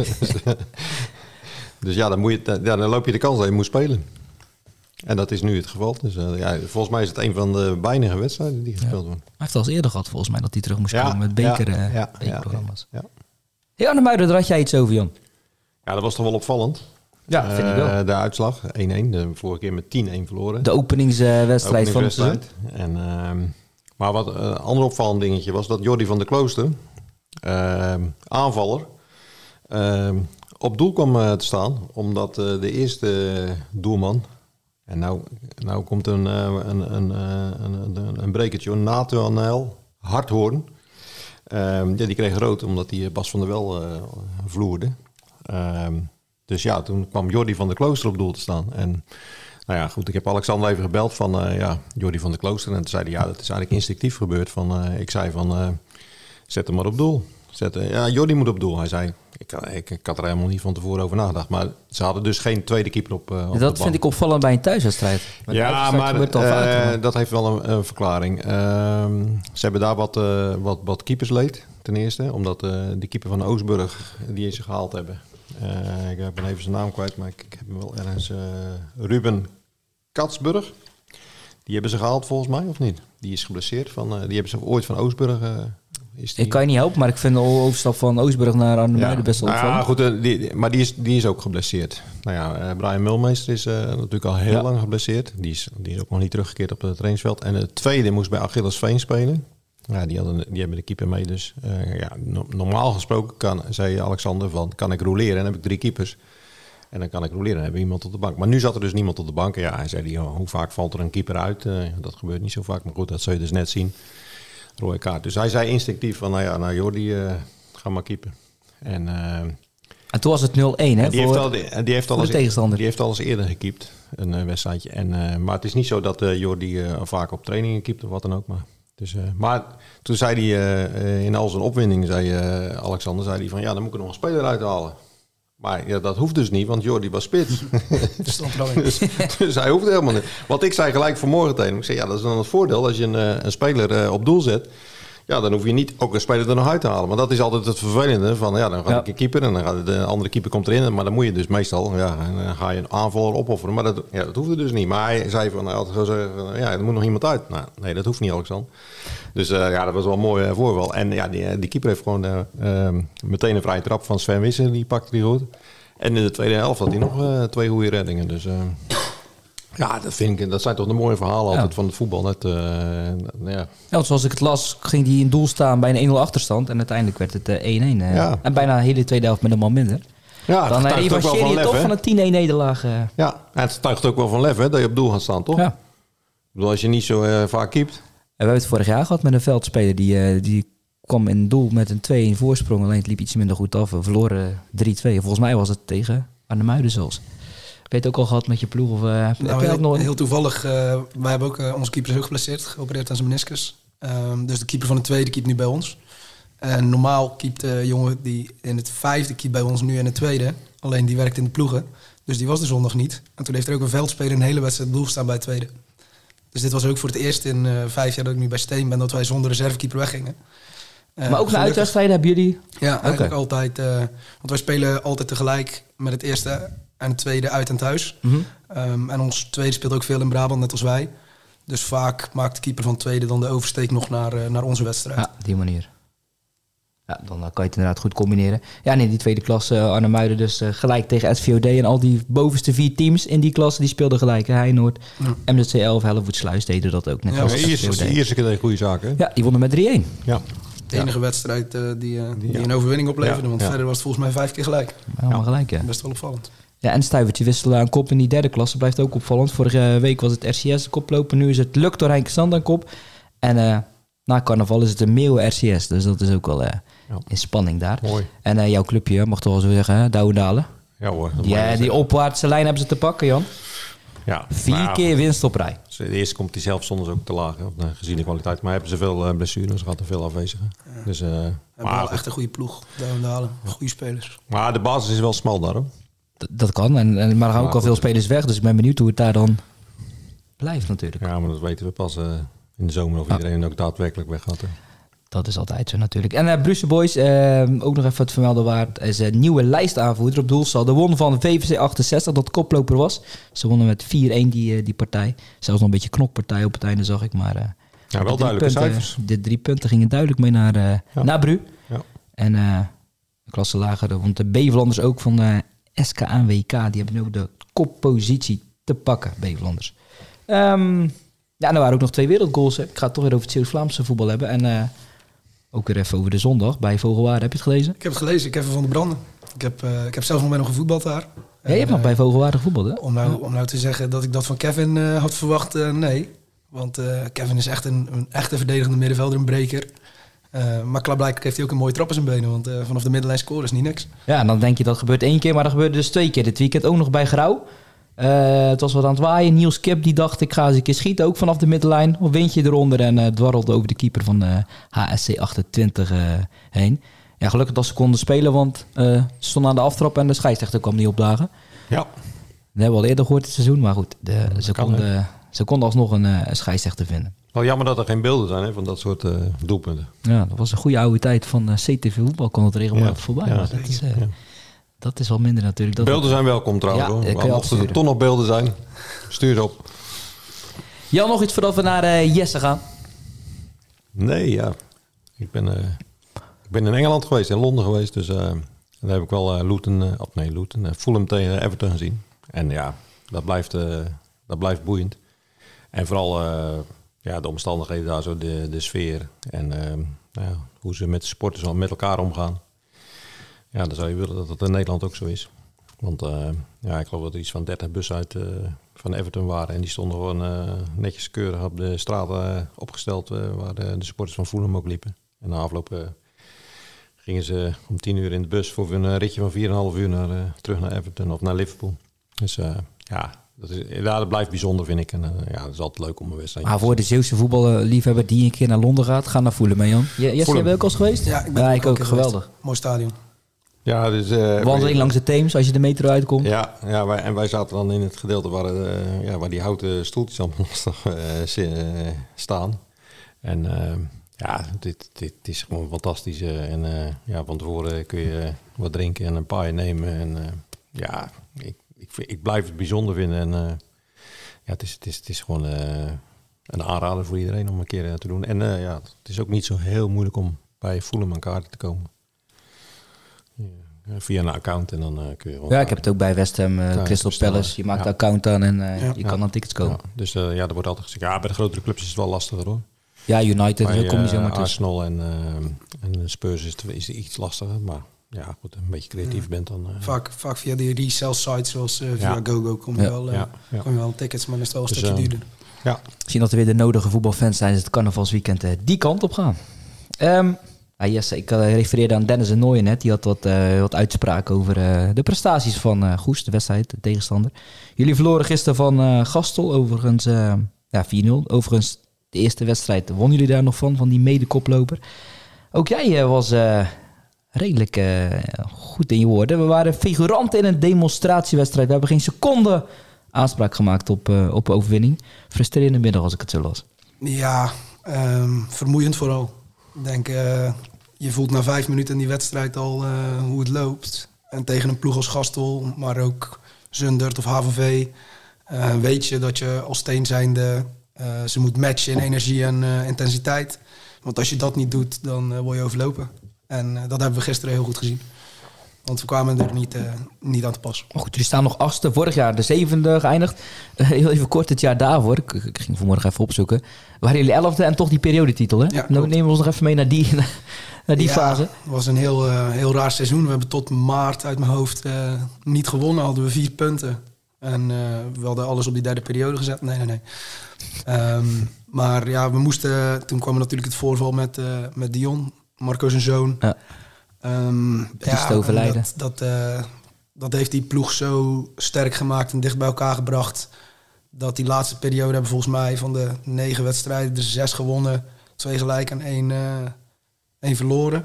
dus ja, dan, moet je, ja, dan loop je de kans dat je moet spelen. En dat is nu het geval. Dus uh, ja, volgens mij is het een van de weinige wedstrijden die gespeeld ja. worden. Hij heeft al eens eerder gehad volgens mij dat hij terug moest ja, komen met beker, ja, uh, ja, bekerprogramma's. Ja, ja. Hey, Arne Muiden, daar had jij iets over, Jan. Ja, dat was toch wel opvallend. Ja, vind uh, ik wel. De uitslag, één-één. De vorige keer met tien-één verloren. De openingswedstrijd uh, van het seizoen. En... Uh, Maar wat een uh, ander opvallend dingetje was dat Jordi van der Klooster, uh, aanvaller, uh, op doel kwam uh, te staan. Omdat uh, de eerste uh, doelman, en nou, nou komt een, uh, een, een, een, een, een brekertje, Nathanael Harthoorn. Uh, ja, die kreeg rood omdat hij Bas van der Wel uh, vloerde. Uh, dus ja, toen kwam Jordi van der Klooster op doel te staan. En... Nou ja, goed, ik heb Alexander even gebeld van uh, ja, Jordi van der Klooster. En toen zei hij, ja, dat is eigenlijk instinctief gebeurd. Van, uh, ik zei van, uh, zet hem maar op doel. zetten. Ja, Jordi moet op doel. Hij zei, ik, ik, ik had er helemaal niet van tevoren over nagedacht. Maar ze hadden dus geen tweede keeper op, uh, op Dat vind ik opvallend bij een thuiswedstrijd. Bij ja, maar uh, vaak, dat heeft wel een, een verklaring. Uh, ze hebben daar wat, uh, wat, wat keepersleed, ten eerste. Omdat uh, de keeper van Oostburg, die ze gehaald hebben. Uh, ik ben even zijn naam kwijt, maar ik, ik heb hem wel ergens... Uh, Ruben Katsburg. Die hebben ze gehaald volgens mij, of niet? Die is geblesseerd. Van, uh, die hebben ze ooit van Oostburg... Uh, is die... Ik kan je niet helpen, maar ik vind de overstap van Oostburg naar Arnhem ja. best wel nou ja, goed, uh, die, maar die is, die is ook geblesseerd. Nou ja, uh, Brian Mulmeester is uh, natuurlijk al heel ja. lang geblesseerd. Die is, die is ook nog niet teruggekeerd op het trainingsveld. En de tweede moest bij Achillesveen spelen. Ja, die, hadden, die hebben de keeper mee. Dus uh, ja, no, normaal gesproken kan, zei Alexander van, kan ik roleren? En dan heb ik drie keepers. En dan kan ik roleren en hebben we iemand op de bank. Maar nu zat er dus niemand op de bank. En ja, hij zei, oh, hoe vaak valt er een keeper uit? Uh, dat gebeurt niet zo vaak. Maar goed, dat zul je dus net zien. Rode kaart. Dus hij zei instinctief van, nou ja, nou Jordi, uh, ga maar keeper. En, uh, en toen was het nul één, hè? Die, voor, heeft al, die, die, heeft al de eens, tegenstander. Die heeft al eens eerder gekiept, een uh, wedstrijdje. En, uh, maar het is niet zo dat uh, Jordi uh, vaak op trainingen keept of wat dan ook. Maar, dus, uh, maar toen zei hij, uh, in al zijn opwinding, zei uh, Alexander, zei hij van, ja, dan moet ik er nog een speler uithalen. Maar ja, dat hoeft dus niet, want Jordi was spits. dus, dus hij hoeft helemaal niet. Want ik zei gelijk vanmorgen tegen hem. Ik zei, ja, dat is dan het voordeel als je een, een speler uh, op doel zet. Ja, dan hoef je niet ook een speler er nog uit te halen. Maar dat is altijd het vervelende. Van, ja, dan ga ja. ik een keeper en dan gaat de andere keeper komt erin. Maar dan moet je dus meestal, ja, dan ga je een aanvaller opofferen. Maar dat, ja, dat hoefde dus niet. Maar hij zei van, hij had zo zeggen, ja, er moet nog iemand uit. Nou, nee, dat hoeft niet, Alexander. Dus uh, ja, dat was wel een mooi uh, voorval. En ja, die, die keeper heeft gewoon uh, uh, meteen een vrije trap van Sven Wissen. Die pakte die goed. En in de tweede helft had hij nog uh, twee goede reddingen. Dus uh, ja, dat vind ik, dat zijn toch de mooie verhalen altijd ja. van het voetbal. Net, uh, ja. ja, zoals ik het las, ging hij in doel staan bij een één nul achterstand. En uiteindelijk werd het uh, één één. Uh, ja. En bijna de hele tweede helft met een man minder. Ja, dan uh, evacueer je lef, toch hè? Van een tien één nederlaag. Uh. Ja, en het tuigt ook wel van lef, hè, dat je op doel gaat staan, toch? Ja. Ik bedoel, als je niet zo uh, vaak keept. En we hebben het vorig jaar gehad met een veldspeler die... Uh, die kwam in doel met een twee één voorsprong. Alleen het liep iets minder goed af. We verloren drie twee. Volgens mij was het tegen Arnhem zelfs. Heb je het ook al gehad met je ploeg? Of, uh, nou, heb je heel, nog... heel toevallig. Uh, wij hebben ook uh, onze keeper is ook geblesseerd. Geopereerd aan zijn meniscus. Um, dus de keeper van de tweede keept nu bij ons. En normaal keept de jongen die in het vijfde keept bij ons nu in het tweede. Alleen die werkt in de ploegen. Dus die was de zondag niet. En toen heeft er ook een veldspeler een hele wedstrijd doel gestaan bij het tweede. Dus dit was ook voor het eerst in uh, vijf jaar dat ik nu bij Steen ben... dat wij zonder reservekeeper weggingen. Uh, maar ook naar uitwedstrijden hebben jullie? Ja, eigenlijk okay. altijd. Uh, want wij spelen altijd tegelijk met het eerste en het tweede uit en thuis. Mm-hmm. Um, en ons tweede speelt ook veel in Brabant, net als wij. Dus vaak maakt de keeper van het tweede dan de oversteek nog naar, uh, naar onze wedstrijd. Ja, die manier. Ja, dan kan je het inderdaad goed combineren. Ja, nee, die tweede klasse, uh, Arnhem-Muiden dus uh, gelijk tegen S V O D. En al die bovenste vier teams in die klasse, die speelden gelijk. Heinoord, ja. M Z C elf, Hellevoetsluis deden dat ook net ja, als S V O D. De eerste keer goede zaken. Ja, die wonnen met drie één. Ja. De enige ja. wedstrijd uh, die, uh, die ja. een overwinning opleverde. Ja. Want ja. verder was het volgens mij vijf keer gelijk. Allemaal ja. gelijk, ja. Best wel opvallend. Ja, en stuivertje wisselen aan kop in die derde klasse blijft ook opvallend. Vorige week was het R C S de koploper. Nu is het Luk door Henk Sand aan kop. En uh, na carnaval is het een Meeuwen R C S. Dus dat is ook wel uh, ja. in spanning daar. Mooi. En uh, jouw clubje, mag toch wel zo zeggen, Douwendalen. Ja hoor. Die, uh, die opwaartse lijn hebben ze te pakken, Jan. Ja, Vier nou, keer winst op rij. De eerste komt hij zelf soms ook te laag, hè, gezien de kwaliteit. Maar hebben ze veel uh, blessures, ze hadden veel afwezigen. Ja. Dus, uh, hebben maar wel echt een goede ploeg, Douwendalen. Goede spelers. Maar de basis is wel smal daar, hoor. D- dat kan, en, en, maar er gaan ook al veel spelers weg. Dus ik ben benieuwd hoe het daar dan blijft natuurlijk. Ja, maar dat weten we pas uh, in de zomer of ja. iedereen ook daadwerkelijk weg gaat. Hè. Dat is altijd zo natuurlijk. En uh, Bruce Boys, uh, ook nog even het vermelden waard, is een nieuwe lijstaanvoerder op doelstal. De won van V V C achtenzestig, dat koploper was. Ze wonnen met vier één die, die partij. Zelfs nog een beetje knokpartij op het einde, zag ik. Maar uh, ja, wel duidelijke punten, cijfers. De drie punten gingen duidelijk mee naar, uh, ja. naar Bru. Ja. En uh, de klasse lager, want de Bevelanders ook van uh, S K A W K, die hebben nu ook de koppositie te pakken, Bevelanders. Um, ja, en er waren ook nog twee wereldgoals. Hè. Ik ga het toch weer over het Zeeuws-Vlaamse voetbal hebben. En uh, ook weer even over de zondag bij Vogelwaarde. Heb je het gelezen? Ik heb het gelezen. Ik heb Van de Branden. Ik heb, uh, ik heb zelf nog met hem gevoetbald daar. Ja, je hebt uh, nog bij Vogelwaarde gevoetbald, hè? Om nou, om nou te zeggen dat ik dat van Kevin uh, had verwacht, uh, nee. Want uh, Kevin is echt een, een echte verdedigende middenvelder, een breker. Uh, maar klaarblijkelijk heeft hij ook een mooie trap in zijn benen. Want uh, vanaf de middenlijn scoren is niet niks. Ja, en dan denk je dat gebeurt één keer, maar dat gebeurde dus twee keer. Dit weekend ook nog bij Grauw. Uh, het was wat aan het waaien. Niels Kip die dacht, ik ga eens een keer schieten, ook vanaf de middenlijn. Of windje eronder en uh, dwarrelde over de keeper van uh, H S C achtentwintig uh, heen. Ja, gelukkig dat ze konden spelen, want uh, ze stonden aan de aftrap en de scheidsrechter kwam niet opdagen. Ja. Dat hebben we al eerder gehoord dit seizoen, maar goed, de, ze, kan, konden, ze konden alsnog een, uh, een scheidsrechter vinden. Wel jammer dat er geen beelden zijn hè, van dat soort uh, doelpunten. Ja, dat was een goede oude tijd van uh, C T V voetbal, kon het regelmatig ja. voorbij. Ja, dat, is, uh, ja. dat is wel minder natuurlijk. Dat beelden het, zijn welkom trouwens. Ja, hoor. Maar mochten er toch nog beelden zijn, stuur ze op. Jan, nog iets voordat we naar uh, Jesse gaan? Nee, ja. Ik ben, uh, ik ben in Engeland geweest, in Londen geweest. Dus uh, daar heb ik wel uh, Luton, uh, of nee, Luton, uh, Fulham tegen Everton gezien. En ja, dat blijft, uh, dat blijft boeiend. En vooral uh, ja, de omstandigheden daar, zo de, de sfeer. En uh, nou ja, hoe ze met de supporters met elkaar omgaan. Ja, dan zou je willen dat het in Nederland ook zo is. Want uh, ja, ik geloof dat er iets van dertig bussen uit uh, van Everton waren. En die stonden gewoon uh, netjes keurig op de straat uh, opgesteld. Uh, waar de, de supporters van Fulham ook liepen. En na afloop uh, gingen ze om tien uur in de bus voor een ritje van vier en een half uur naar, uh, terug naar Everton of naar Liverpool. Dus uh, ja, dat, is, ja, dat blijft bijzonder, vind ik. En uh, ja, dat is altijd leuk om een wedstrijd te zien. Ah, voor de Zeeuwse voetballiefhebber die een keer naar Londen gaat, ga naar Fulham, hè Jan? Jesse, jij bent ook al eens geweest? Ja, ik ben ja, ook, ik ook. Geweldig. Geweest. Mooi stadion. Ja, dus, uh, wandeling langs de Theems als je de metro uitkomt. Ja, ja wij, en wij zaten dan in het gedeelte waar, uh, ja, waar die houten stoeltjes allemaal uh, staan. En uh, ja, dit, dit is gewoon fantastisch. Uh, en uh, ja, van tevoren kun je uh, wat drinken en een paai nemen. En uh, ja, ik, ik, ik blijf het bijzonder vinden. En uh, ja, het is, het is, het is gewoon uh, een aanrader voor iedereen om een keer uh, te doen. En uh, ja, het is ook niet zo heel moeilijk om bij Fulham aan kaarten te komen. Via een account en dan uh, kun je gewoon... Ja, ik heb het ook bij West Ham, uh, Crystal Palace. Je maakt ja. een account aan en uh, ja. je kan dan tickets kopen. Ja. Dus uh, ja, er wordt altijd gezegd... Ja, bij de grotere clubs is het wel lastiger hoor. Ja, United, bij, zo kom je zo maar uh, Arsenal en, uh, en Spurs is het, is het iets lastiger. Maar ja, goed, een beetje creatief ja. bent dan... Uh, vaak, vaak via die resell sites zoals uh, via ja. GoGo kom je, ja. wel, uh, ja. Ja. kom je wel tickets, maar dan is het wel een dus, stukje uh, duurder. Ja. Misschien dat er weer de nodige voetbalfans zijn, dus het carnavalsweekend uh, die kant op gaan. Um, Ah, yes, ik uh, refereerde aan Dennis Nooyen net. Die had wat, uh, wat uitspraken over uh, de prestaties van uh, Goes, de wedstrijd, de tegenstander. Jullie verloren gisteren van uh, Gastel, overigens uh, ja, vier nul. Overigens, de eerste wedstrijd wonnen jullie daar nog van, van die medekoploper. Ook jij uh, was uh, redelijk uh, goed in je woorden. We waren figuranten in een demonstratiewedstrijd. We hebben geen seconde aanspraak gemaakt op, uh, op overwinning. Frustrerende middag als ik het zo las. Ja, um, vermoeiend vooral. Ik denk, uh, je voelt na vijf minuten in die wedstrijd al uh, hoe het loopt. En tegen een ploeg als Gastel, maar ook Zundert of H V V... Uh, weet je dat je als Steen zijnde uh, ze moet matchen in energie en uh, intensiteit. Want als je dat niet doet, dan uh, word je overlopen. En uh, dat hebben we gisteren heel goed gezien. Want we kwamen er niet, uh, niet aan te pas. Oh, goed, jullie staan nog achtste. Vorig jaar de zevende geëindigd. Uh, heel even kort het jaar daarvoor. Ik, ik ging vanmorgen even opzoeken. Waren jullie elfde en toch die periodetitel, hè? Ja, dan nemen we ons nog even mee naar die, naar die ja, fase. Het was een heel, uh, heel raar seizoen. We hebben tot maart uit mijn hoofd uh, niet gewonnen. Hadden we vier punten. En uh, we hadden alles op die derde periode gezet. Nee, nee, nee. Um, maar ja, we moesten... Toen kwam er natuurlijk het voorval met, uh, met Dion. Marco zijn zoon. Ja. Um, ja, te overlijden. Dat, dat, uh, dat heeft die ploeg zo sterk gemaakt en dicht bij elkaar gebracht. Dat die laatste periode hebben volgens mij van de negen wedstrijden er zes gewonnen. Twee gelijk en één, uh, één verloren.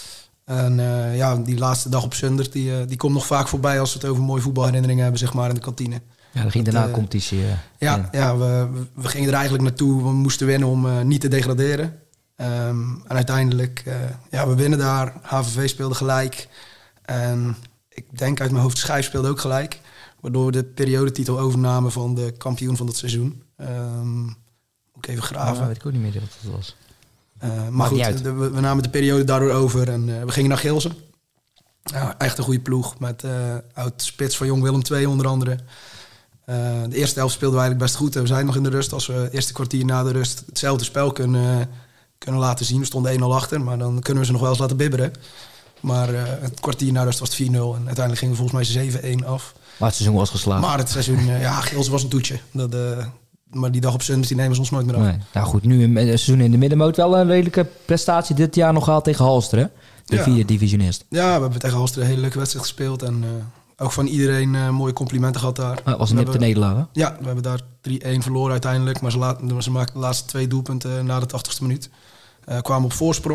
En uh, ja, die laatste dag op Zundert, die, uh, die komt nog vaak voorbij als we het over mooie voetbalherinneringen hebben, zeg maar, in de kantine. Ja, dan ging daarna uh, competitie. Uh, ja, ja. ja we, we gingen er eigenlijk naartoe. We moesten winnen om uh, niet te degraderen. Um, en uiteindelijk, uh, ja, we winnen daar. H V V speelde gelijk. En ik denk uit mijn hoofd, Schijf speelde ook gelijk. Waardoor we de periodetitel overnamen van de kampioen van dat seizoen. Um, moet ik even graven. Ja, weet ik ook niet meer wat het was. Uh, maar goed, de, we, we namen de periode daardoor over en uh, we gingen naar Gilsen. Ja, echt een goede ploeg met uh, oud spits van Jong Willem twee onder andere. Uh, de eerste helft speelden we eigenlijk best goed. En we zijn nog in de rust, als we het eerste kwartier na de rust hetzelfde spel kunnen, uh, kunnen laten zien. We stonden één nul achter, maar dan kunnen we ze nog wel eens laten bibberen. Maar uh, het kwartier na rust was het vier nul en uiteindelijk gingen we volgens mij zeven één af. Maar het seizoen was geslaagd. Maar het seizoen, uh, ja, Gilsen was een toetje. Dat... Uh, Maar die dag op Zundert, die nemen ze ons nooit meer af. Nee. Nou goed, nu een seizoen in de middenmoot. Wel een redelijke prestatie dit jaar nog gehaald tegen Halster, hè? De ja. vierde divisionist. Ja, we hebben tegen Halster een hele leuke wedstrijd gespeeld. En uh, ook van iedereen uh, mooie complimenten gehad daar. Dat was een nipte nederlaag, hè? Ja, we hebben daar drie één verloren uiteindelijk. Maar ze, laat, ze maakten de laatste twee doelpunten na de tachtigste minuut. Uh, kwamen op voorsprong.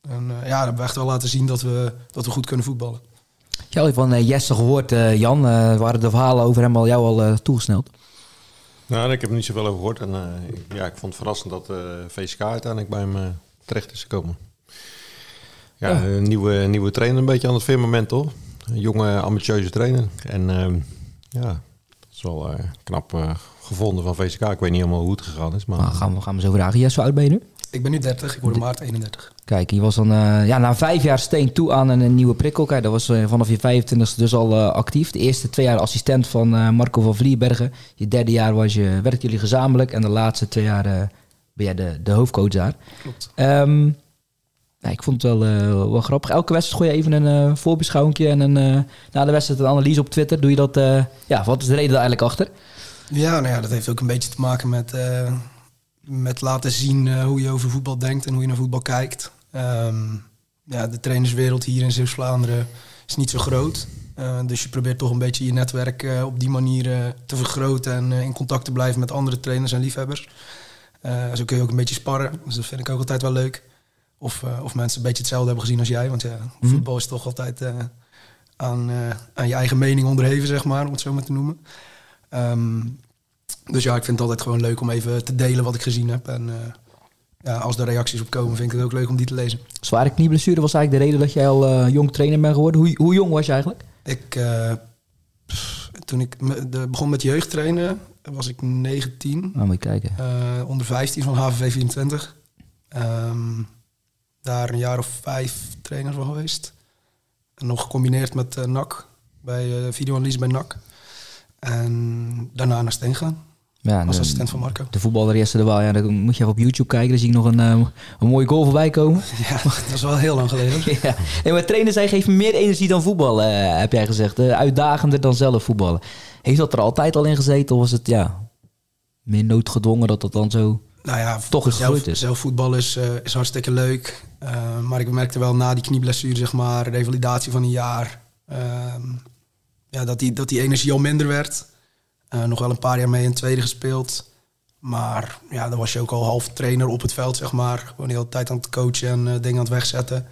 En uh, ja, dan hebben we echt wel laten zien dat we, dat we goed kunnen voetballen. Ik heb al van uh, Jesse gehoord, uh, Jan. Uh, waren de verhalen over hem al jou al uh, toegesneld? Nou, ik heb er niet zoveel over gehoord. En, uh, ik, ja, ik vond het verrassend dat uh, V C K uiteindelijk bij hem uh, terecht is gekomen. Ja, ja. Een nieuwe, nieuwe trainer, een beetje aan het firmament, toch? Een jonge, ambitieuze trainer. En uh, ja, dat is wel uh, knap uh, gevonden van V C K. Ik weet niet helemaal hoe het gegaan is. Maar nou, gaan, we, gaan we zo vragen. Jesse, hoe oud ben je nu? Ik ben nu dertig, ik word in maart eenendertig. Kijk, je was dan uh, ja, na vijf jaar steen toe aan een, een nieuwe prikkel. Kijk, dat was uh, vanaf je vijfentwintigste dus al uh, actief. De eerste twee jaar assistent van uh, Marco van Vlierbergen. Je derde jaar was je, werkten jullie gezamenlijk. En de laatste twee jaar uh, ben jij de, de hoofdcoach daar. Klopt. Um, nou, ik vond het wel, uh, wel grappig. Elke wedstrijd gooi je even een uh, voorbeschouwing en een, uh, na de wedstrijd een analyse op Twitter. Doe je dat? Uh, ja, wat is de reden daar eigenlijk achter? Ja, nou ja, dat heeft ook een beetje te maken met... Uh, met laten zien uh, hoe je over voetbal denkt en hoe je naar voetbal kijkt. Um, ja, de trainerswereld hier in Zeeuws-Vlaanderen is niet zo groot. Uh, dus je probeert toch een beetje je netwerk uh, op die manier uh, te vergroten en uh, in contact te blijven met andere trainers en liefhebbers. Uh, zo kun je ook een beetje sparren. Dus dat vind ik ook altijd wel leuk. Of, uh, of mensen een beetje hetzelfde hebben gezien als jij. Want ja, mm. voetbal is toch altijd uh, aan, uh, aan je eigen mening onderheven, zeg maar, om het zo maar te noemen. Um, Dus ja, ik vind het altijd gewoon leuk om even te delen wat ik gezien heb. En uh, ja, als er reacties op komen, vind ik het ook leuk om die te lezen. Zware knieblessure was eigenlijk de reden dat jij al uh, jong trainer bent geworden. Hoe, hoe jong was je eigenlijk? Ik, uh, pff, toen ik me, de, begon met jeugdtrainen, was ik negentien. Nou, moet je kijken. Uh, onder vijftien van H V V vierentwintig. Um, daar een jaar of vijf trainer van geweest. En nog gecombineerd met uh, N A C, bij uh, videoanalyse bij N A C. En daarna naar Steen gaan. Ja, als de, assistent van Marco. De voetballer Jesse de Waal, ja, dan moet je even op YouTube kijken. Dan zie ik nog een, uh, een mooie goal voorbij komen. Ja, dat is wel heel lang geleden. Ja. En mijn trainer zei, geeft me meer energie dan voetballen, uh, heb jij gezegd. Uh, uitdagender dan zelf voetballen. Heeft dat er altijd al in gezeten? Of was het ja, meer noodgedwongen dat dat dan zo nou ja, toch eens gegroeid is? Zelf voetbal is, uh, is hartstikke leuk. Uh, maar ik merkte wel na die knieblessure, zeg maar, revalidatie van een jaar... Uh, ja, dat, die, dat die energie al minder werd. Uh, nog wel een paar jaar mee in het tweede gespeeld. Maar ja, dan was je ook al half trainer op het veld, zeg maar. Gewoon de hele tijd aan het coachen en uh, dingen aan het wegzetten.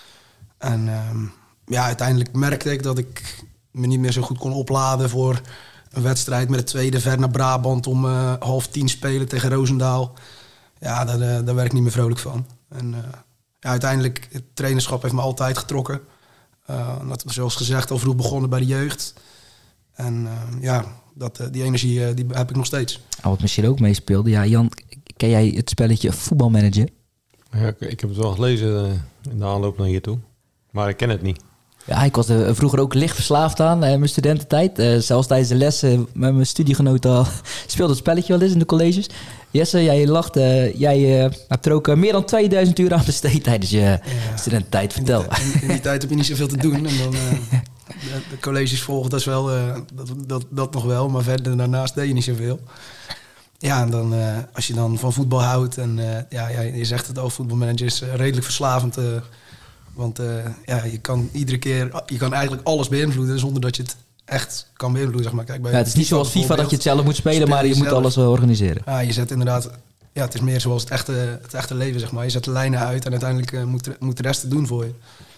En uh, ja, uiteindelijk merkte ik dat ik me niet meer zo goed kon opladen voor een wedstrijd met het tweede ver naar Brabant om uh, half tien spelen tegen Roosendaal. Ja, daar, uh, daar werd ik niet meer vrolijk van. En uh, ja, uiteindelijk, het trainerschap heeft me altijd getrokken. Uh, dat, zoals gezegd, al vroeg begonnen bij de jeugd. En uh, ja, dat, uh, die energie uh, die heb ik nog steeds. Oh, wat misschien ook meespeelde. Ja, Jan, ken jij het spelletje Voetbalmanager? Ja, ik, ik heb het wel gelezen uh, in de aanloop naar hier toe. Maar ik ken het niet. Ja, ik was er vroeger ook licht verslaafd aan in uh, mijn studententijd. Uh, zelfs tijdens de lessen uh, met mijn studiegenoten al speelde het spelletje wel eens in de colleges. Jesse, jij lacht. Uh, jij uh, hebt er ook uh, meer dan tweeduizend uur aan besteed tijdens je ja, studententijd. Vertel. In die, in, in die tijd heb je niet zoveel te doen. En dan, uh, de, de colleges volgen, dat is wel, uh, dat, dat, dat nog wel. Maar verder daarnaast deed je niet zoveel. Ja, en dan uh, als je dan van voetbal houdt. En uh, ja, ja, je zegt het al, voetbalmanager is uh, redelijk verslavend. Uh, want uh, ja, je kan iedere keer, je kan eigenlijk alles beïnvloeden zonder dat je het echt kan beïnvloeden. Zeg maar. Kijk, bij ja, het is niet zoals FIFA dat je het zelf moet spelen, maar je moet alles uh, organiseren. Ja, je zet inderdaad, ja, het is meer zoals het echte, het echte leven, zeg maar. Je zet de lijnen uit en uiteindelijk uh, moet, moet de rest het doen voor je.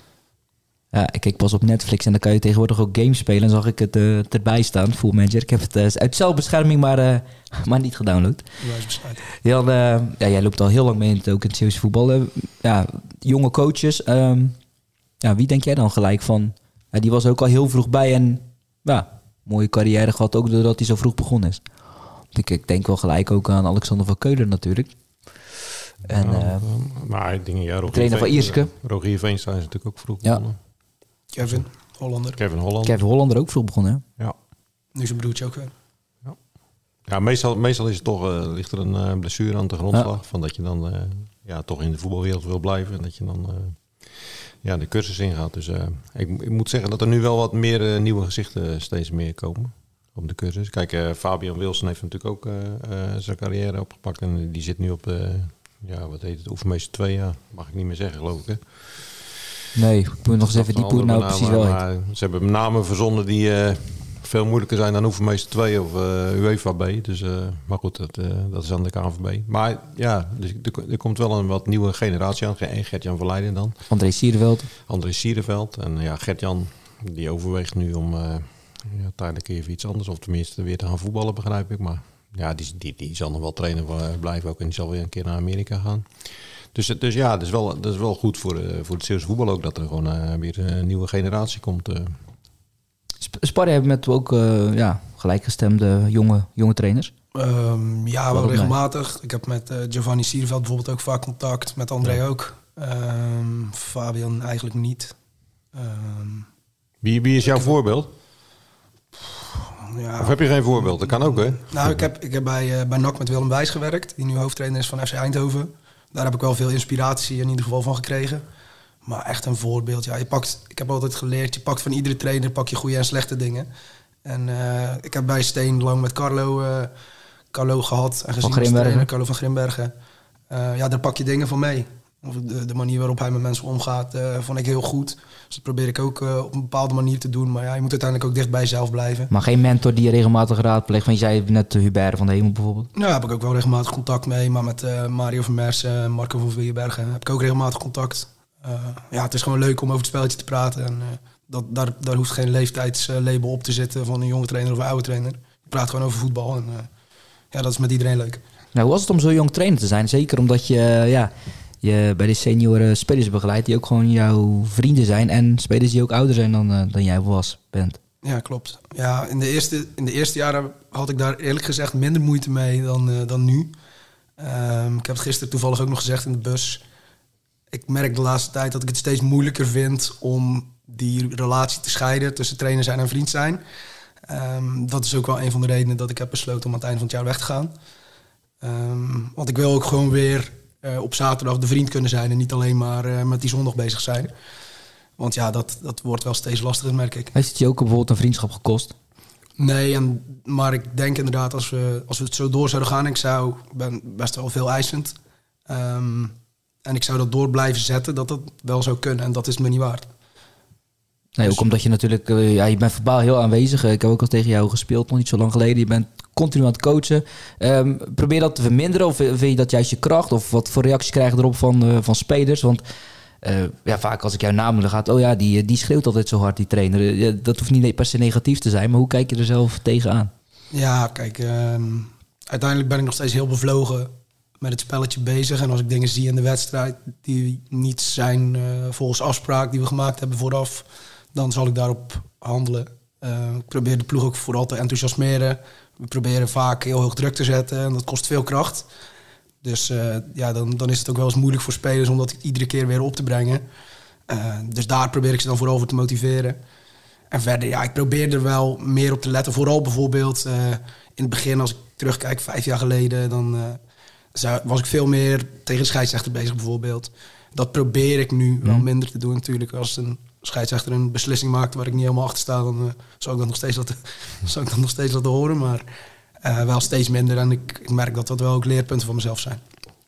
Ja, ik keek pas op Netflix en dan kan je tegenwoordig ook games spelen. En zag ik het uh, erbij staan, Full Manager. Ik heb het uh, uit zelfbescherming, maar, uh, maar niet gedownload. Jan, uh, ja, jij loopt al heel lang mee in het, ook in het Zeeuwse voetbal. Uh, ja, jonge coaches. Um, ja, wie denk jij dan gelijk van? Ja, die was ook al heel vroeg bij en ja, mooie carrière gehad, ook doordat hij zo vroeg begonnen is. Ik, ik denk wel gelijk ook aan Alexander van Keulen natuurlijk. En, uh, ja, maar ik denk, ja, Rogier trainer van Ierske. Rogier Veenstra is natuurlijk ook vroeg ja. begonnen. Kevin Hollander. Kevin Hollander. Kevin Hollander ook vroeg begonnen, hè? Ja. Nu zijn broertje ook weer. Ja, ja meestal, meestal is het toch, uh, ligt er een uh, blessure aan de grondslag. Ja. Van dat je dan uh, ja, toch in de voetbalwereld wil blijven. En dat je dan uh, ja, de cursus ingaat. Dus uh, ik, ik moet zeggen dat er nu wel wat meer uh, nieuwe gezichten steeds meer komen op de cursus. Kijk, uh, Fabian Wilson heeft natuurlijk ook uh, uh, zijn carrière opgepakt. En die zit nu op de, ja, wat heet het, oefenmeester twee. Ja, mag ik niet meer zeggen, geloof ik, hè? Nee, ik moet nog eens even die poer nou precies wel maar, ze hebben namen verzonnen die uh, veel moeilijker zijn dan Oefenmeester twee of uh, UEFA B. Dus, uh, maar goed, dat, uh, dat is aan de K N V B. Maar ja, dus, er, er komt wel een wat nieuwe generatie aan. En Gert-Jan Verleiden dan. André Siereveld. André Siereveld. En ja, Gert-Jan die overweegt nu om uh, ja, tijdelijk even iets anders. Of tenminste weer te gaan voetballen, begrijp ik. Maar ja, die, die, die zal nog wel trainer blijven ook. En die zal weer een keer naar Amerika gaan. Dus, dus ja, dat is wel, dat is wel goed voor, uh, voor het Zeeuwse voetbal ook. Dat er gewoon uh, weer een nieuwe generatie komt. Uh. Sparren hebben met ook uh, ja, gelijkgestemde jonge, jonge trainers? Um, ja, wel regelmatig. Mee? Ik heb met uh, Giovanni Sierveld bijvoorbeeld ook vaak contact. Met André ja. ook. Um, Fabian eigenlijk niet. Um, wie, wie is jouw voorbeeld? Ja, of heb je geen voorbeeld? Dat kan ook, hè? Nou, ik heb, ik heb bij, uh, bij N A C met Willem Wijs gewerkt. Die nu hoofdtrainer is van F C Eindhoven. Daar heb ik wel veel inspiratie in ieder geval van gekregen. Maar echt een voorbeeld. Ja, je pakt, ik heb altijd geleerd, je pakt van iedere trainer pak je goede en slechte dingen. En uh, ik heb bij Steen lang met Carlo, uh, Carlo gehad. En gezien van Grimbergen. Carlo van Grimbergen. Uh, ja, daar pak je dingen van mee. Of de, de manier waarop hij met mensen omgaat, uh, vond ik heel goed. Dus dat probeer ik ook uh, op een bepaalde manier te doen. Maar ja, je moet uiteindelijk ook dicht bij jezelf blijven. Maar geen mentor die je regelmatig raadpleegt? Want jij hebt net uh, Hubert van de Hemel bijvoorbeeld. Nou, daar heb ik ook wel regelmatig contact mee. Maar met uh, Mario van Mersen en Marco van Weerbergen heb ik ook regelmatig contact. Uh, ja, het is gewoon leuk om over het spelletje te praten. En uh, dat, daar, daar hoeft geen leeftijdslabel op te zitten van een jonge trainer of een oude trainer. Je praat gewoon over voetbal. En uh, ja, dat is met iedereen leuk. Nou, hoe was het om zo jong trainer te zijn? Zeker omdat je... Uh, ja, je bij de senioren spelers begeleidt die ook gewoon jouw vrienden zijn. En spelers die ook ouder zijn dan, uh, dan jij was, bent. Ja, klopt. Ja, in, de eerste, in de eerste jaren had ik daar eerlijk gezegd minder moeite mee dan, uh, dan nu. Um, ik heb het gisteren toevallig ook nog gezegd in de bus. Ik merk de laatste tijd dat ik het steeds moeilijker vind om die relatie te scheiden tussen trainer zijn en vriend zijn. Um, dat is ook wel een van de redenen dat ik heb besloten om aan het einde van het jaar weg te gaan. Um, want ik wil ook gewoon weer uh, op zaterdag de vriend kunnen zijn en niet alleen maar uh, met die zondag bezig zijn. Want ja, dat, dat wordt wel steeds lastiger, merk ik. Heeft het je ook bijvoorbeeld een vriendschap gekost? Nee, en, maar ik denk inderdaad als we, als we het zo door zouden gaan, ik zou, ben best wel veel eisend. Um, en ik zou dat door blijven zetten, dat dat wel zou kunnen. En dat is me niet waard. Nee, ook omdat je natuurlijk... Uh, ja, je bent verbaal heel aanwezig. Ik heb ook al tegen jou gespeeld, nog niet zo lang geleden. Je bent continu aan het coachen. Um, probeer dat te verminderen? Of vind je dat juist je kracht? Of wat voor reacties krijg je erop van, uh, van spelers? Want uh, ja, vaak als ik jouw naam dan gaat... Oh ja, die, die schreeuwt altijd zo hard, die trainer. Uh, dat hoeft niet per se negatief te zijn. Maar hoe kijk je er zelf tegenaan? Ja, kijk... Um, uiteindelijk ben ik nog steeds heel bevlogen met het spelletje bezig. En als ik dingen zie in de wedstrijd die niet zijn uh, volgens afspraak die we gemaakt hebben vooraf, dan zal ik daarop handelen. Uh, ik probeer de ploeg ook vooral te enthousiasmeren. We proberen vaak heel hoog druk te zetten en dat kost veel kracht. Dus uh, ja, dan, dan is het ook wel eens moeilijk voor spelers om dat iedere keer weer op te brengen. Uh, dus daar probeer ik ze dan vooral voor te motiveren. En verder, ja, ik probeer er wel meer op te letten. Vooral bijvoorbeeld uh, in het begin, als ik terugkijk, vijf jaar geleden, dan uh, zou, was ik veel meer tegen de scheidsrechter bezig bijvoorbeeld. Dat probeer ik nu wel minder te doen natuurlijk. Als een scheidsrechter een beslissing maakt waar ik niet helemaal achter sta, dan uh, zou ik dat nog steeds laten, zou ik dat nog steeds laten horen. Maar uh, wel steeds minder. En ik, ik merk dat dat wel ook leerpunten van mezelf zijn.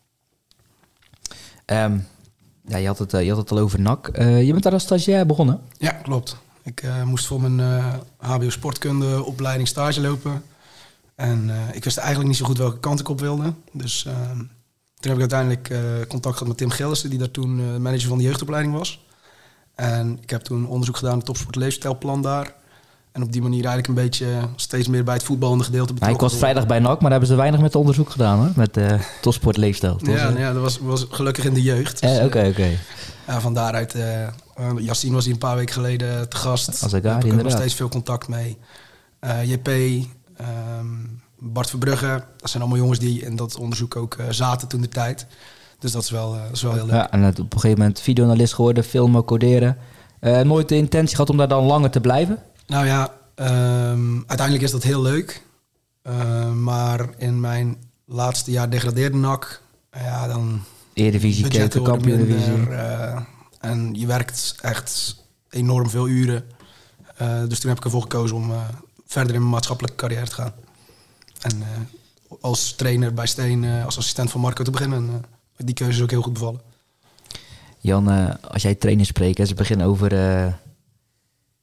Um, ja, je, had het, uh, je had het al over N A C. Uh, je bent daar als stagiair begonnen? Ja, klopt. Ik uh, moest voor mijn uh, H B O sportkunde opleiding stage lopen. En uh, ik wist eigenlijk niet zo goed welke kant ik op wilde. Dus uh, toen heb ik uiteindelijk uh, contact gehad met Tim Gillissen, die daar toen uh, manager van de jeugdopleiding was. En ik heb toen onderzoek gedaan naar het topsportleefstijlplan daar. En op die manier eigenlijk een beetje steeds meer bij het voetballende gedeelte betrokken. Ja, ik was vrijdag bij N A C, maar daar hebben ze weinig met onderzoek gedaan, hoor. Met uh, topsportleefstijl. Ja, nou ja, dat was, was gelukkig in de jeugd. Oké, dus, oké. Okay, okay. uh, van daaruit, uh, uh, Yassine was hier een paar weken geleden te gast. Als ik daar heb ik inderdaad nog steeds veel contact mee. Uh, J P, um, Bart Verbrugge, dat zijn allemaal jongens die in dat onderzoek ook uh, zaten toen de tijd. Dus dat is wel, uh, dat is wel heel leuk. Ja, en op een gegeven moment videoanalist geworden, filmen, coderen. Uh, nooit de intentie gehad om daar dan langer te blijven? Nou ja, um, uiteindelijk is dat heel leuk. Uh, maar in mijn laatste jaar degradeerde N A C. Ja, dan... Eredivisie, Keuken, Kampioen-divisie. Uh, en je werkt echt enorm veel uren. Uh, dus toen heb ik ervoor gekozen om uh, verder in mijn maatschappelijke carrière te gaan. En uh, als trainer bij Steen, uh, als assistent van Marco te beginnen. En, uh, die keuze is ook heel goed bevallen. Jan, uh, als jij trainers spreekt en ze beginnen over uh,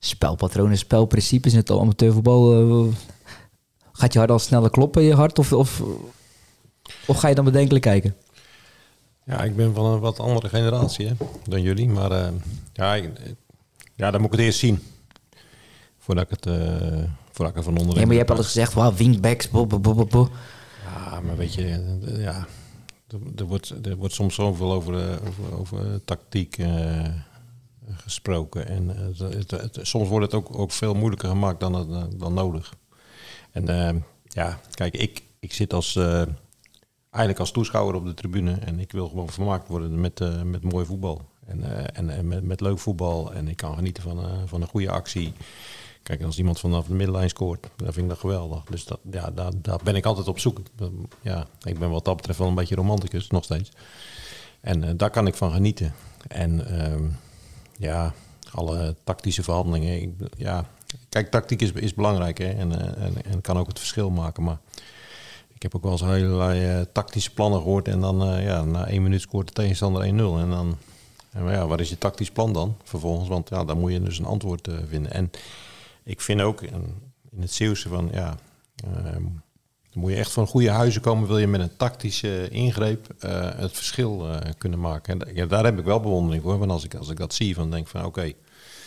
spelpatronen, spelprincipes in het amateurvoetbal. Uh, gaat je hart al sneller kloppen in je hart? Of, of, of ga je dan bedenkelijk kijken? Ja, ik ben van een wat andere generatie hè, dan jullie. Maar uh, ja, ik, ja, dan moet ik het eerst zien. Voordat ik het, uh, voordat ik er van onder... Nee, maar je hebt al eens gezegd, wow, wingbacks, bo, bo, bo, bo. Ja, maar weet je, ja, er, er, wordt, er wordt soms zoveel over, uh, over, over tactiek uh, gesproken. En uh, het, het, het, soms wordt het ook, ook veel moeilijker gemaakt dan, het, dan nodig. En uh, ja, kijk, ik, ik zit als... Uh, Eigenlijk als toeschouwer op de tribune. En ik wil gewoon vermaakt worden met, uh, met mooi voetbal. En, uh, en, en met, met leuk voetbal. En ik kan genieten van, uh, van een goede actie. Kijk, als iemand vanaf de middenlijn scoort, dan vind ik dat geweldig. Dus dat, ja, daar, daar ben ik altijd op zoek. Ja, ik ben wat dat betreft wel een beetje romanticus, nog steeds. En uh, daar kan ik van genieten. En uh, ja, alle tactische verhandelingen. Ik, ja, kijk, tactiek is, is belangrijk hè? En, uh, en, en kan ook het verschil maken. Maar ik heb ook wel eens allerlei uh, tactische plannen gehoord. En dan uh, ja, na één minuut scoort de tegenstander één nul. En dan, en, ja, waar is je tactisch plan dan vervolgens? Want ja, dan moet je dus een antwoord uh, vinden. En ik vind ook in het Zeeuwse van, ja, uh, dan moet je echt van goede huizen komen. Wil je met een tactische ingreep uh, het verschil uh, kunnen maken. En ja, daar heb ik wel bewondering voor. Want als ik, als ik dat zie, dan denk ik van oké. Okay,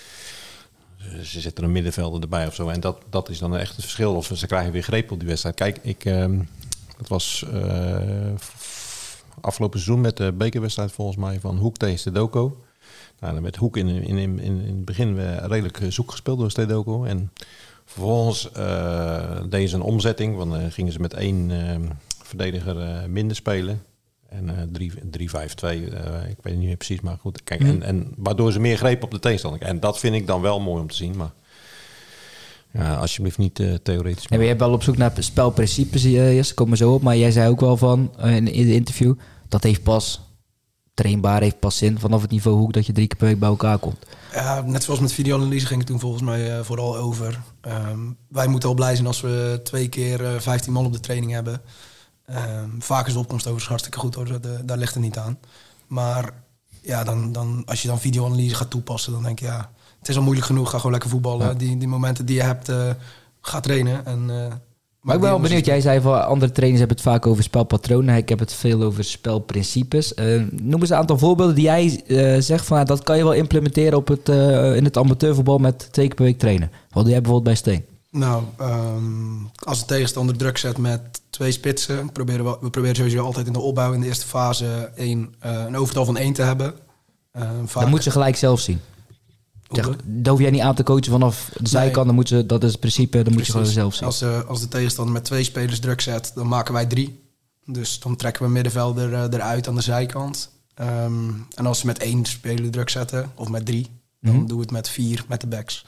ze zetten een middenvelder erbij of zo. En dat, dat is dan echt het verschil. Of ze krijgen weer greep op die wedstrijd. Kijk, ik, uh, het was uh, afgelopen seizoen met de bekerwedstrijd volgens mij van Hoek tegen Stedoko. Nou, dan werd Hoek in, in, in, in het begin redelijk zoek gespeeld door Stedoko. En vervolgens uh, deden ze een omzetting. Want dan uh, gingen ze met één uh, verdediger uh, minder spelen. En uh, drie vijf twee, uh, ik weet niet meer precies, maar goed. Kijk, mm. en, en waardoor ze meer greep op de tegenstander. En dat vind ik dan wel mooi om te zien. Maar ja, alsjeblieft niet uh, theoretisch. En je hebt wel op zoek naar spelprincipes, uh, Jesse, kom maar zo op. Maar jij zei ook wel van, uh, in, in de interview, dat heeft pas, trainbaar heeft pas zin vanaf het niveau Hoek dat je drie keer per week bij elkaar komt. Ja, net zoals met videoanalyse ging het toen volgens mij uh, vooral over. Um, wij moeten al blij zijn als we twee keer uh, vijftien man op de training hebben. Um, vaak is de opkomst overigens hartstikke goed, hoor. Dat, uh, daar ligt het niet aan. Maar ja, dan, dan, als je dan videoanalyse gaat toepassen, dan denk je, ja, het is al moeilijk genoeg. Ga gewoon lekker voetballen. Ja. Die, die momenten die je hebt, uh, ga trainen. En, uh, maar ik ben wel benieuwd. Jij zei van andere trainers hebben het vaak over spelpatronen. Ik heb het veel over spelprincipes. Uh, noem eens een aantal voorbeelden die jij uh, zegt van, uh, dat kan je wel implementeren op het, uh, in het amateurvoetbal met twee keer per week trainen. Wat doe jij bijvoorbeeld bij Steen? Nou, um, als de tegenstander druk zet met twee spitsen, proberen we, we proberen sowieso altijd in de opbouw in de eerste fase één, uh, een overtal van één te hebben. Uh, vaak... Dat moet ze gelijk zelf zien. Zeg, dat hoef jij niet aan te coachen vanaf de zijkant. Nee. Dan moet ze, dat is het principe, dan Precies. moet je gewoon zelf zien. Als, uh, als de tegenstander met twee spelers druk zet, dan maken wij drie. Dus dan trekken we middenvelder uh, eruit aan de zijkant. Um, en als ze met één speler druk zetten, of met drie, dan mm-hmm. doen we het met vier met de backs.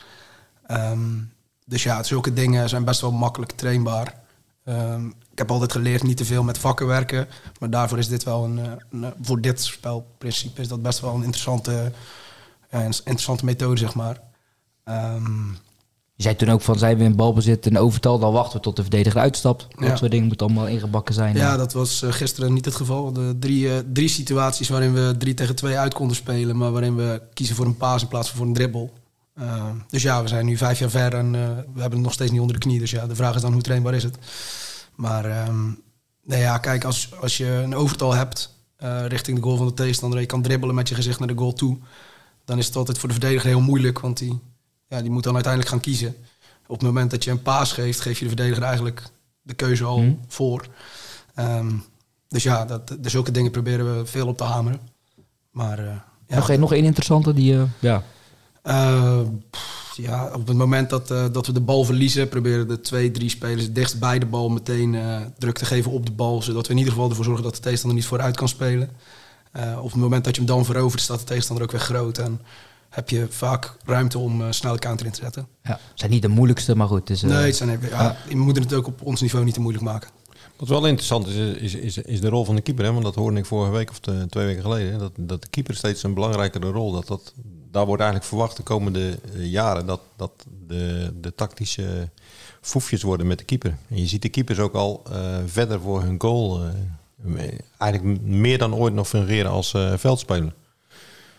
Um, dus ja, zulke dingen zijn best wel makkelijk trainbaar. Um, ik heb altijd geleerd niet te veel met vakken werken. Maar daarvoor is dit wel een, een voor dit spelprincipe is dat best wel een interessante, een interessante methode, zeg maar. Um, Je zei toen ook van, zijn we in balbezit en overtal, dan wachten we tot de verdediger uitstapt. Dat ja. soort dingen moeten allemaal ingebakken zijn. Ja, dat was uh, gisteren niet het geval. De drie, uh, drie situaties waarin we drie tegen twee uit konden spelen, maar waarin we kiezen voor een paas in plaats van voor een dribbel. Uh, dus ja, we zijn nu vijf jaar ver en uh, we hebben het nog steeds niet onder de knie. Dus ja, de vraag is dan hoe trainbaar is het. Maar um, nee, ja, kijk, als, als je een overtal hebt uh, richting de goal van de tegenstander en je kan dribbelen met je gezicht naar de goal toe, dan is het altijd voor de verdediger heel moeilijk, want die, ja, die moet dan uiteindelijk gaan kiezen. Op het moment dat je een paas geeft, geef je de verdediger eigenlijk de keuze al hmm. voor. Um, dus ja, dat, dus zulke dingen proberen we veel op te hameren. Maar, uh, ja, nog, een, nog één interessante die... Uh, ja. Uh, pff, ja, op het moment dat, uh, dat we de bal verliezen, proberen de twee, drie spelers dichtst bij de bal meteen uh, druk te geven op de bal, zodat we in ieder geval ervoor zorgen dat de tegenstander niet vooruit kan spelen. Uh, op het moment dat je hem dan verovert, staat de tegenstander ook weer groot en heb je vaak ruimte om uh, snel de counter in te zetten. Ja, het zijn niet de moeilijkste, maar goed. Dus, uh, nee, het zijn, ja, ja. Je moet het ook op ons niveau niet te moeilijk maken. Wat wel interessant is, is, is, is de rol van de keeper. Hè? Want dat hoorde ik vorige week of de, twee weken geleden. Hè? Dat, dat de keeper steeds een belangrijkere rol. Dat, dat, daar wordt eigenlijk verwacht de komende jaren dat, dat de, de tactische foefjes worden met de keeper. En je ziet de keepers ook al uh, verder voor hun goal. Uh, eigenlijk meer dan ooit nog fungeren als uh, veldspeler.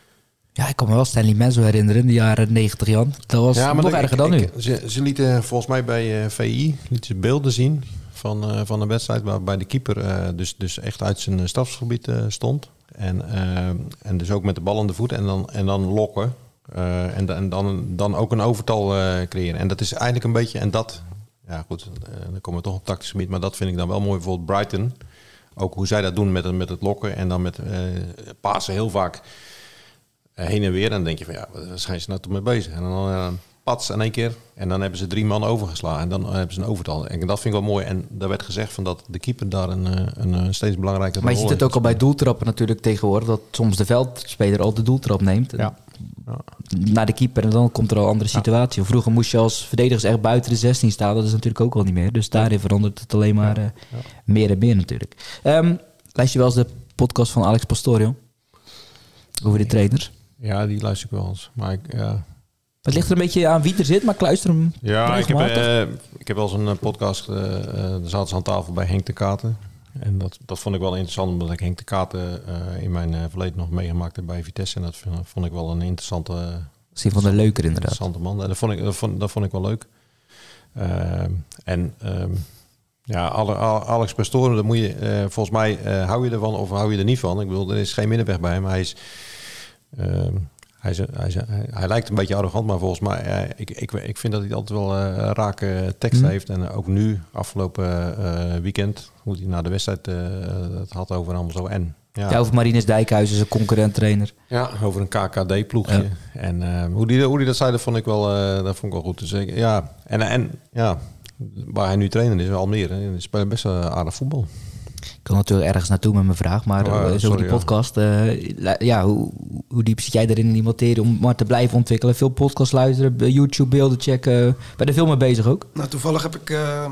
Ja, ik kan me wel Stanley Menzo herinneren in de jaren negentig, Jan. Dat was ja, maar nog dat, erger ik, dan ik, nu. Ze, ze lieten volgens mij bij uh, V I lieten ze beelden zien van, uh, van een wedstrijd waarbij de keeper uh, dus, dus echt uit zijn strafgebied uh, stond. En, uh, en dus ook met de bal aan de voet en dan, en dan lokken. Uh, en, en dan, dan ook een overtal uh, creëren. En dat is eigenlijk een beetje... En dat, ja goed, uh, dan komen we toch op tactisch gebied. Maar dat vind ik dan wel mooi. Bijvoorbeeld Brighton. Ook hoe zij dat doen met, met het lokken. En dan met uh, pasen heel vaak uh, heen en weer. En dan denk je van ja, waar zijn ze nou toch mee bezig? En dan uh, pats in één keer. En dan hebben ze drie man overgeslagen. En dan uh, hebben ze een overtal. En dat vind ik wel mooi. En daar werd gezegd van dat de keeper daar een, een, een steeds belangrijke rol Maar je in ziet het ook al bij doeltrappen natuurlijk tegenwoordig. Dat soms de veldspeler al de doeltrap neemt. Ja. Ja. Naar de keeper en dan komt er al een andere situatie. Ja. Vroeger moest je als verdedigers echt buiten de zestien staan. Dat is natuurlijk ook al niet meer. Dus daarin verandert het alleen maar uh, ja. Ja. meer en meer natuurlijk. Um, luister je wel eens de podcast van Alex Pastorio? Over de trainers? Ja, die luister ik wel eens. Maar ik, ja... Het ligt er een beetje aan wie er zit, maar ik luister hem. Ja, ik heb, uh, ik heb wel eens een podcast. Uh, uh, daar zaten ze aan tafel bij Henk de Katen. En dat, dat vond ik wel interessant, omdat ik Henk de Katen uh, in mijn uh, verleden nog meegemaakt heb bij Vitesse. En dat vind, vond ik wel een interessante... Uh, Zie je van de leuker inderdaad. Interessante man. En dat vond ik, dat vond, dat vond ik wel leuk. Uh, en um, ja, Alex Pastoor, dat moet je, uh, volgens mij uh, hou je ervan of hou je er niet van. Ik bedoel, er is geen middenweg bij hem. Hij is... Uh, Hij, is, hij, is, hij, hij lijkt een beetje arrogant, maar volgens mij... Uh, ik, ik, ik vind dat hij altijd wel uh, rake tekst mm. heeft. En ook nu, afgelopen uh, weekend... hoe hij na de wedstrijd uh, het had over allemaal zo. En, ja. ja, over Marinus Dijkhuizen, zijn concurrent-trainer. Ja, over een K K D-ploegje. Ja. En uh, hoe die, hoe die dat zei, dat vond ik wel, uh, dat vond ik wel goed. Dus, uh, ja. En, en ja, waar hij nu trainer is, Almere... Hij speelt best uh, aardig voetbal. Ik kan natuurlijk ergens naartoe met mijn vraag, maar oh, uh, zo sorry, die podcast. Uh, ja, hoe, hoe diep zit jij erin in die materie om maar te blijven ontwikkelen? Veel podcasts luisteren, YouTube beelden checken. Ben je er veel mee bezig ook? Nou, toevallig heb ik uh,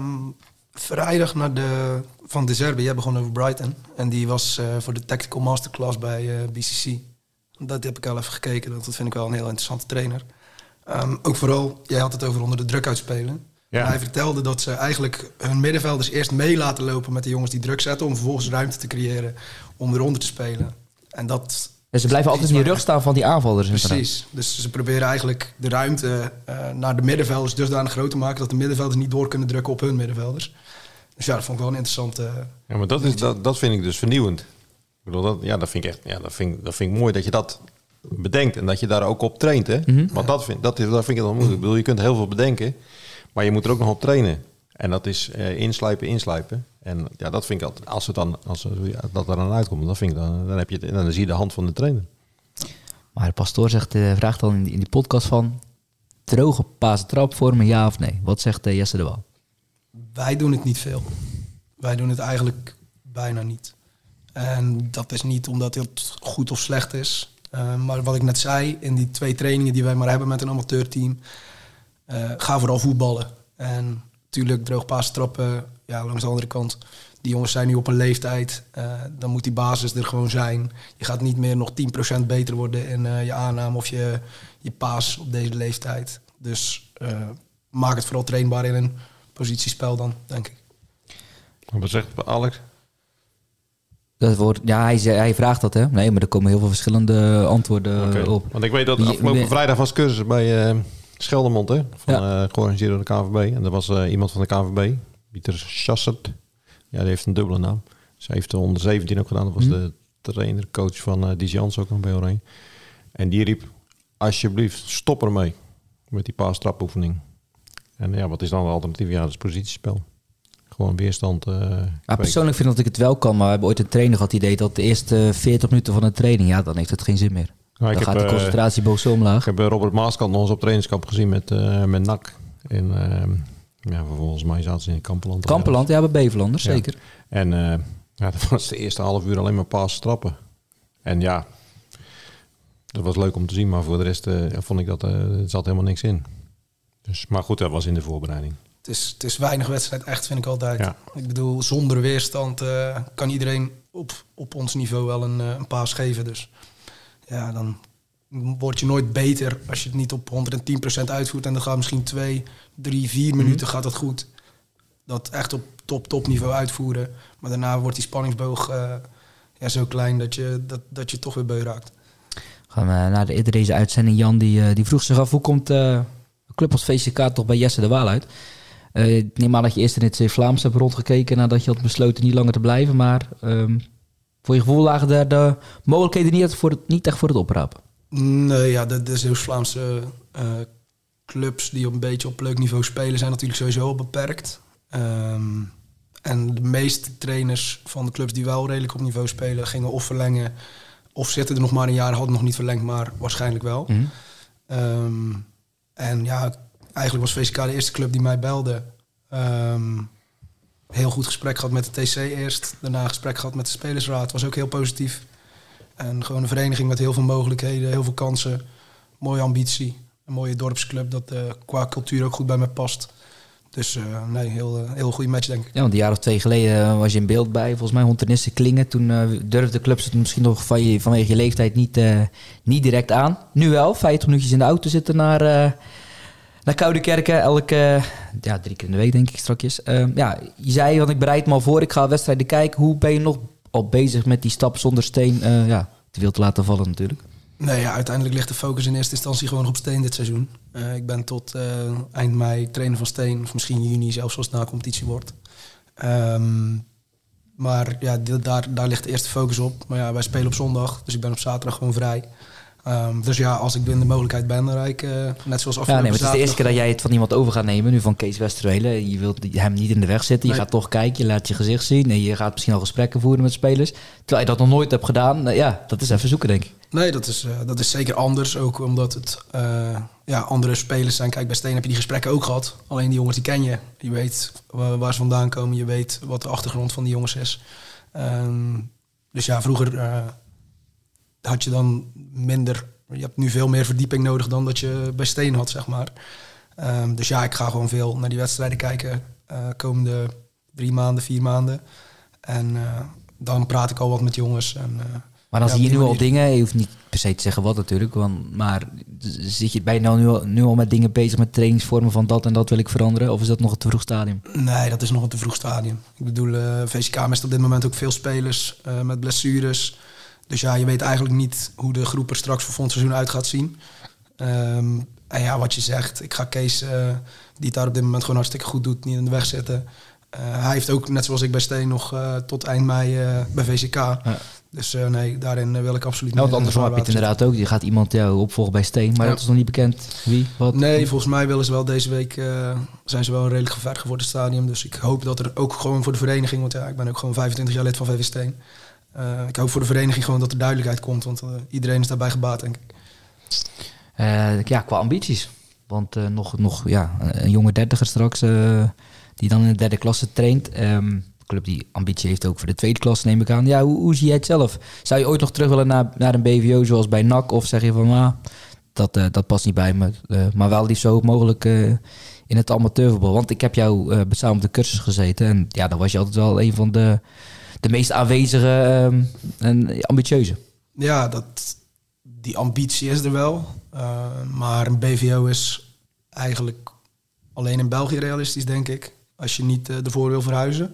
vrijdag naar de van De Zerbi, jij begon over Brighton. En die was uh, voor de Tactical Masterclass bij uh, B C C. Dat heb ik al even gekeken, dat vind ik wel een heel interessante trainer. Um, ook vooral, jij had het over onder de druk uitspelen. Ja. Hij vertelde dat ze eigenlijk hun middenvelders eerst mee laten lopen met de jongens die druk zetten, om vervolgens ruimte te creëren om eronder te spelen. En dat... Dus ze blijven altijd in die rug staan van die aanvallers. Precies. Dus ze proberen eigenlijk de ruimte uh, naar de middenvelders dusdanig groot te maken dat de middenvelders niet door kunnen drukken op hun middenvelders. Dus ja, dat vond ik wel een interessante... Uh, ja, maar dat, is, dat, dat vind ik dus vernieuwend. Ik bedoel, dat, ja, dat vind ik echt, ja, dat vind, dat vind ik mooi dat je dat bedenkt en dat je daar ook op traint. Hè? Mm-hmm. Want dat vind, dat, dat vind ik dan moeilijk. Ik bedoel, je kunt heel veel bedenken, maar je moet er ook nog op trainen. En dat is uh, inslijpen, inslijpen. En ja, dat vind ik altijd, als het dan, als ja, dat er dan uitkomt, dan vind ik dan, dan heb je het, dan zie je de hand van de trainer. Maar de pastoor zegt, uh, vraagt dan in die, in die podcast van droge paas trap vormen, ja of nee? Wat zegt uh, Jesse de Waal? Wij doen het niet veel. Wij doen het eigenlijk bijna niet. En dat is niet omdat het goed of slecht is. Uh, maar wat ik net zei, in die twee trainingen die wij maar hebben met een amateurteam, uh, ga vooral voetballen. En natuurlijk droog paas trappen, ja, langs de andere kant. Die jongens zijn nu op een leeftijd, uh, dan moet die basis er gewoon zijn. Je gaat niet meer nog tien procent beter worden in uh, je aanname of je, je paas op deze leeftijd. Dus uh, maak het vooral trainbaar in een positiespel dan, denk ik. Wat zegt Alex? Dat wordt, ja, hij, hij vraagt dat, hè? Nee, maar er komen heel veel verschillende antwoorden okay. op. Want ik weet dat afgelopen vrijdag was cursus bij uh, Scheldemond, hè? Van, ja. uh, georganiseerd door de K N V B. En er was uh, iemand van de K N V B, Pieter Schassert. Ja, die heeft een dubbele naam. Ze heeft de onder zeventien ook gedaan. Dat was hmm. de trainer, coach van uh, Dies Jans ook nog bij Oranje. En die riep, alsjeblieft, stop ermee met die paas-trapoefening. En ja, wat is dan het alternatief? Ja, dat is positiespel. Gewoon weerstand. Uh, ja, persoonlijk vind ik dat ik het wel kan, maar we hebben ooit een trainer gehad die deed dat de eerste veertig minuten van een training, ja, dan heeft het geen zin meer. Nou, dan gaat heb, de concentratieboog zo omlaag. Ik heb Robert Maaskant nog eens op trainingskamp gezien met, uh, met N A C. En uh, ja, volgens mij zaten ze in Kampeland. Kampeland, ja, bij Bevelanders, ja. Zeker. En uh, ja, dat was de eerste half uur alleen maar paas trappen. En ja, dat was leuk om te zien, maar voor de rest uh, vond ik dat uh, er zat helemaal niks in. Dus, maar goed, dat was in de voorbereiding. Het is, het is weinig wedstrijd, echt, vind ik altijd. Ja. Ik bedoel, zonder weerstand uh, kan iedereen op, op ons niveau wel een, uh, een paas geven. Dus ja, dan word je nooit beter als je het niet op honderdtien procent uitvoert. En dan gaat misschien twee, drie, vier mm-hmm. minuten gaat het goed. Dat echt op top, top niveau uitvoeren. Maar daarna wordt die spanningsboog uh, ja, zo klein dat je, dat, dat je toch weer beu raakt. Gaan we naar de, eerder deze uitzending. Jan die, uh, die vroeg zich af, hoe komt uh, een club als V C K toch bij Jesse de Waal uit? Uh, ik neem aan dat je eerst in het Vlaams hebt rondgekeken nadat je had besloten niet langer te blijven. Maar um, voor je gevoel lagen daar de mogelijkheden niet, voor het, niet echt voor het oprapen? Nee, ja, de, de Zeeuws-Vlaamse uh, clubs die op een beetje op leuk niveau spelen zijn natuurlijk sowieso al beperkt. Um, en de meeste trainers van de clubs die wel redelijk op niveau spelen gingen of verlengen of zitten er nog maar een jaar, hadden nog niet verlengd, maar waarschijnlijk wel. Mm-hmm. Um, en ja, eigenlijk was V C K de eerste club die mij belde. Um, heel goed gesprek gehad met de T C eerst. Daarna een gesprek gehad met de spelersraad. Was ook heel positief. En gewoon een vereniging met heel veel mogelijkheden, heel veel kansen. Mooie ambitie. Een mooie dorpsclub dat uh, qua cultuur ook goed bij me past. Dus uh, nee, heel, uh, heel goede match, denk ik. Ja, want een jaar of twee geleden was je in beeld bij. Volgens mij Hontenisse Klingen. Toen uh, durfde de clubs het misschien nog van je, vanwege je leeftijd niet, uh, niet direct aan. Nu wel, vijftig minuutjes in de auto zitten naar... Uh, Naar Koudekerken, elke ja, drie keer in de week denk ik strakjes. Uh, ja, je zei, want ik bereid me al voor, ik ga wedstrijden kijken. Hoe ben je nog al bezig met die stap zonder Steen uh, ja, te veel te laten vallen natuurlijk? Nee, ja, uiteindelijk ligt de focus in eerste instantie gewoon op Steen dit seizoen. Uh, ik ben tot uh, eind mei trainer van Steen, of misschien juni zelfs als het na competitie wordt. Um, maar ja, daar, daar ligt de eerste focus op. Maar ja, wij spelen op zondag, dus ik ben op zaterdag gewoon vrij. Um, dus ja, als ik binnen de mogelijkheid ben, dan rijd ik uh, net zoals afgelopen ja, nee, maar het is de eerste keer dat jij het van iemand over gaat nemen, nu van Kees Westerwelen. Je wilt hem niet in de weg zitten, je nee. gaat toch kijken, je laat je gezicht zien en je gaat misschien al gesprekken voeren met spelers. Terwijl je dat nog nooit hebt gedaan, uh, ja, dat is even zoeken, denk ik. Nee, dat is, uh, dat is zeker anders, ook omdat het uh, ja, andere spelers zijn. Kijk, bij Steen heb je die gesprekken ook gehad. Alleen die jongens die ken je. Je weet waar, waar ze vandaan komen, je weet wat de achtergrond van die jongens is. Um, dus ja, vroeger uh, had je dan minder... Je hebt nu veel meer verdieping nodig dan dat je bij Steen had, zeg maar. Um, dus ja, ik ga gewoon veel naar die wedstrijden kijken. Uh, komende drie maanden, vier maanden. En uh, dan praat ik al wat met jongens. En, uh, maar dan ja, zie je nu manier... al dingen. Je hoeft niet per se te zeggen wat natuurlijk. Want, maar zit je, ben je nou nu al, nu al met dingen bezig met trainingsvormen van dat en dat wil ik veranderen? Of is dat nog een te vroeg stadium? Nee, dat is nog een te vroeg stadium. Ik bedoel, uh, V C K mist op dit moment ook veel spelers uh, met blessures. Dus ja, je weet eigenlijk niet hoe de groep er straks voor volgend seizoen uit gaat zien. Um, en ja, wat je zegt, ik ga Kees, uh, die het daar op dit moment gewoon hartstikke goed doet, niet in de weg zitten. Uh, hij heeft ook, net zoals ik bij Steen, nog uh, tot eind mei uh, bij V C K. Ja. Dus uh, nee, daarin uh, wil ik absoluut niet. Nou, want andersom heb je het inderdaad ook. Je gaat iemand jou opvolgen bij Steen, maar ja. dat is nog niet bekend. Wie, wat? Nee, volgens mij willen ze wel deze week, uh, zijn ze wel redelijk gevergd voor het stadium. Dus ik hoop dat er ook gewoon voor de vereniging, want ja, ik ben ook gewoon vijfentwintig jaar lid van V V Steen. Uh, ik hoop voor de vereniging gewoon dat er duidelijkheid komt, want uh, iedereen is daarbij gebaat, denk ik. Uh, ja, qua ambities. Want uh, nog, nog ja, een jonge dertiger straks, uh, die dan in de derde klasse traint. Um, de club die ambitie heeft ook voor de tweede klasse, neem ik aan. Ja, hoe, hoe zie jij het zelf? Zou je ooit nog terug willen naar, naar een B V O zoals bij N A C? Of zeg je van, ah, dat, uh, dat past niet bij me. Uh, maar wel liefst zo hoog mogelijk uh, in het amateurvoetbal. Want ik heb jou uh, samen op de cursus gezeten. En ja, dan was je altijd wel een van de... de meest aanwezige um, en ambitieuze. Ja, dat, die ambitie is er wel. Uh, maar een B V O is eigenlijk alleen in België realistisch, denk ik. Als je niet uh, ervoor wil verhuizen.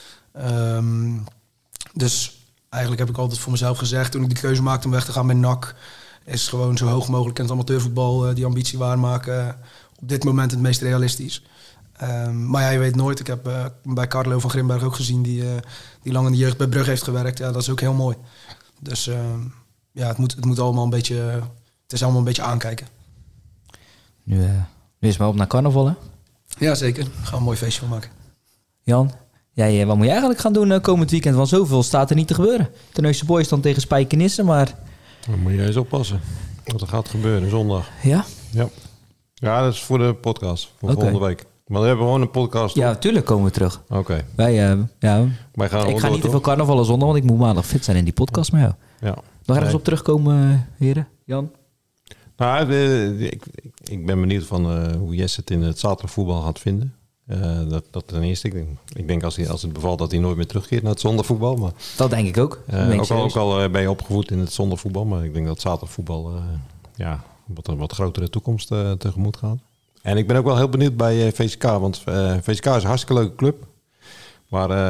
Um, dus eigenlijk heb ik altijd voor mezelf gezegd, toen ik de keuze maakte om weg te gaan bij N A C, is gewoon zo hoog mogelijk in het amateurvoetbal uh, die ambitie waarmaken. Uh, op dit moment het meest realistisch. Um, maar ja, je weet nooit. Ik heb uh, bij Carlo van Grimberg ook gezien, die, uh, die lang in de jeugd bij Brugge heeft gewerkt. Ja, dat is ook heel mooi. Dus uh, ja, het moet, het moet allemaal een beetje, het is allemaal een beetje aankijken. Nu, uh, nu is maar op naar carnaval, hè? Ja, zeker. We gaan een mooi feestje van maken. Jan, jij, wat moet je eigenlijk gaan doen uh, komend weekend? Want zoveel staat er niet te gebeuren. Terneuzen Boys dan tegen Spijkenisse, maar... Dan moet je eens oppassen wat er gaat gebeuren zondag. Ja? Ja. Ja, dat is voor de podcast, voor okay. volgende week. Maar we hebben gewoon een podcast. Ja, natuurlijk komen we terug. Oké. Okay. Wij, uh, ja. Wij gaan ik ga niet te veel carnavallen zonder, want ik moet maandag fit zijn in die podcast met jou. Ja. Nog ergens nee. op terugkomen, heren? Jan? Nou, de, de, ik, ik ben benieuwd van uh, hoe Jesse het in het zaterdagvoetbal gaat vinden. Uh, dat, dat ten eerste. Ik denk, ik denk als, hij, als het bevalt dat hij nooit meer terugkeert naar het zondagvoetbal. Maar, dat denk ik ook. Uh, ook, al, ook al ben je opgevoed in het zondagvoetbal, maar ik denk dat zaterdagvoetbal uh, ja, wat een wat grotere toekomst uh, tegemoet gaat. En ik ben ook wel heel benieuwd bij uh, V C K, want uh, V C K is een hartstikke leuke club. Maar uh,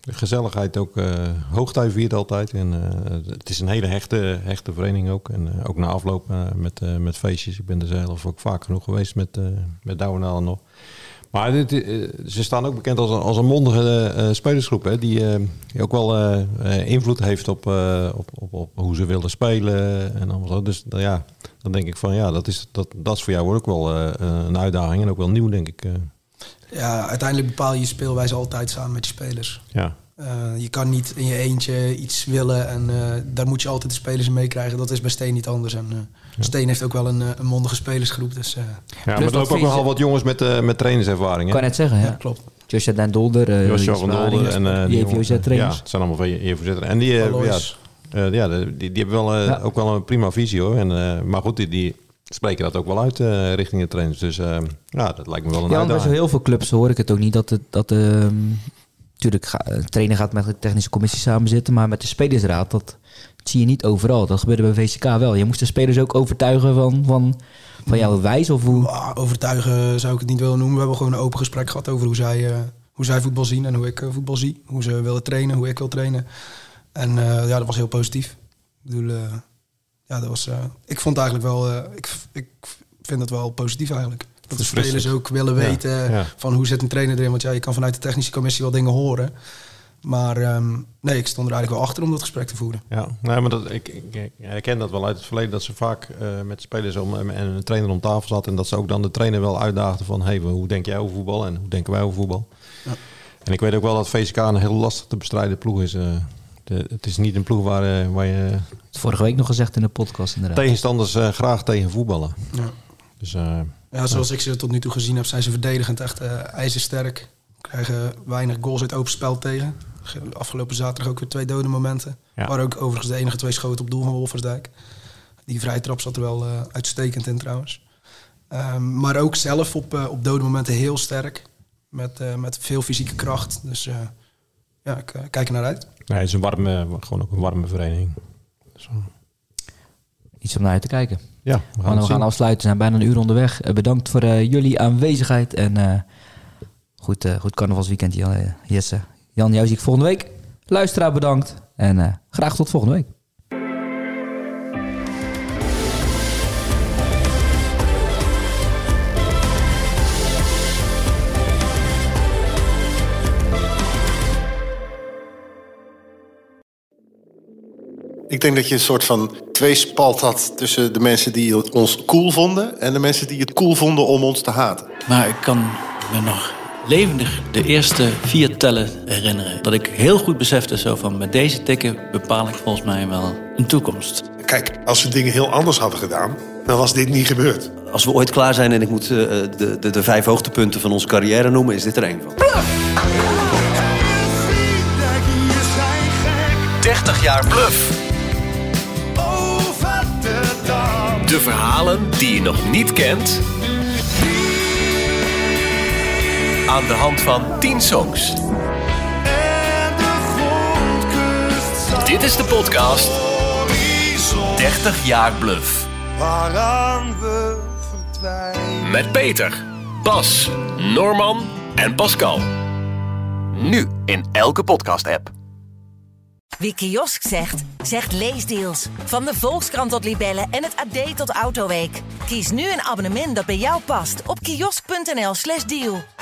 de gezelligheid ook uh, hoogtij viert altijd. En uh, het is een hele hechte, hechte vereniging ook. En uh, ook na afloop uh, met, uh, met feestjes. Ik ben er zelf ook vaak genoeg geweest met, uh, met Douwenalen nog. Maar dit, uh, ze staan ook bekend als een, als een mondige uh, spelersgroep. Hè, die, uh, die ook wel uh, uh, invloed heeft op, uh, op, op, op hoe ze willen spelen. En allemaal zo. Dus uh, ja, dan denk ik van ja, dat is, dat, dat is voor jou ook wel uh, een uitdaging. En ook wel nieuw, denk ik. Uh. Ja, uiteindelijk bepaal je je speelwijze altijd samen met je spelers. Ja. Uh, je kan niet in je eentje iets willen en uh, daar moet je altijd de spelers in meekrijgen. Dat is bij Steen niet anders. En uh, ja. Steen heeft ook wel een, een mondige spelersgroep. Dus, uh, ja, maar er lopen ook wel wat jongens met, uh, met trainerservaring. Ik kan net zeggen, ja. ja klopt. Joshua Den Dolder, uh, Joshua van Dolder en uh, J V Z-trainers. Ja, het zijn allemaal J V Z-trainers. En die, uh, ja, uh, ja, die, die hebben wel, uh, ja. ook wel een prima visie hoor. En, uh, maar goed, die... die spreken dat ook wel uit uh, richting de trainers. Dus uh, ja, dat lijkt me wel een ja, uitdaging. Ja, bij zo heel veel clubs hoor ik het ook niet. Dat de, dat de, natuurlijk, ga, de trainer gaat met de technische commissie samen zitten. Maar met de spelersraad, dat zie je niet overal. Dat gebeurde bij V C K wel. Je moest de spelers ook overtuigen van, van, van jouw wijze of hoe... Ah, overtuigen zou ik het niet willen noemen. We hebben gewoon een open gesprek gehad over hoe zij, uh, hoe zij voetbal zien en hoe ik uh, voetbal zie. Hoe ze willen trainen, hoe ik wil trainen. En uh, ja, dat was heel positief. Ik bedoel... Uh, Ja, dat was. Uh, ik vond eigenlijk wel. Uh, ik, ik vind het wel positief eigenlijk. Dat de spelers ook willen weten ja, ja. van hoe zit een trainer erin. Want ja, je kan vanuit de technische commissie wel dingen horen. Maar um, nee, ik stond er eigenlijk wel achter om dat gesprek te voeren. Ja, nee, maar dat, ik, ik, ik herken dat wel uit het verleden. Dat ze vaak uh, met de spelers om, en een trainer om tafel zat. En dat ze ook dan de trainer wel uitdaagden van... Hey, hoe denk jij over voetbal en hoe denken wij over voetbal? Ja. En ik weet ook wel dat V C K een heel lastig te bestrijden ploeg is... Uh, De, het is niet een ploeg waar, waar je... Vorige week nog gezegd in de podcast inderdaad. Tegenstanders uh, graag tegen voetballen. Ja. Dus, uh, ja, zoals ja. ik ze tot nu toe gezien heb, zijn ze verdedigend echt uh, ijzersterk. Krijgen weinig goals uit open spel tegen. Afgelopen zaterdag ook weer twee dode momenten. Ja. Waar ook overigens de enige twee schoten op doel van Wolfersdijk. Die vrije trap zat er wel uh, uitstekend in trouwens. Um, maar ook zelf op, uh, op dode momenten heel sterk. Met, uh, met veel fysieke kracht. Dus uh, ja, ik uh, kijk er naar uit. Nee, het is een warme, gewoon ook een warme vereniging. Zo. Iets om naar uit te kijken. Ja, we gaan, we gaan afsluiten. We zijn bijna een uur onderweg. Uh, bedankt voor uh, jullie aanwezigheid. En uh, goed, uh, goed carnavalsweekend, Jan, uh, Jesse. Jan, jou zie ik volgende week. Luisteraar, bedankt. En uh, graag tot volgende week. Ik denk dat je een soort van tweespalt had tussen de mensen die ons cool vonden... en de mensen die het cool vonden om ons te haten. Maar ik kan me nog levendig de eerste vier tellen herinneren. Dat ik heel goed besefte zo van met deze tikken bepaal ik volgens mij wel een toekomst. Kijk, als we dingen heel anders hadden gedaan, dan was dit niet gebeurd. Als we ooit klaar zijn en ik moet uh, de, de, de vijf hoogtepunten van onze carrière noemen, is dit er één van. dertig jaar Bluff. De verhalen die je nog niet kent. Aan de hand van tien songs. Dit is de podcast dertig jaar Bluff. Waaraan we verdwijnen. Met Peter, Bas, Norman en Pascal. Nu in elke podcast-app. Wie kiosk zegt, zegt leesdeals. Van de Volkskrant tot Libellen en het A D tot Autoweek. Kies nu een abonnement dat bij jou past op kiosk punt n l slash deal.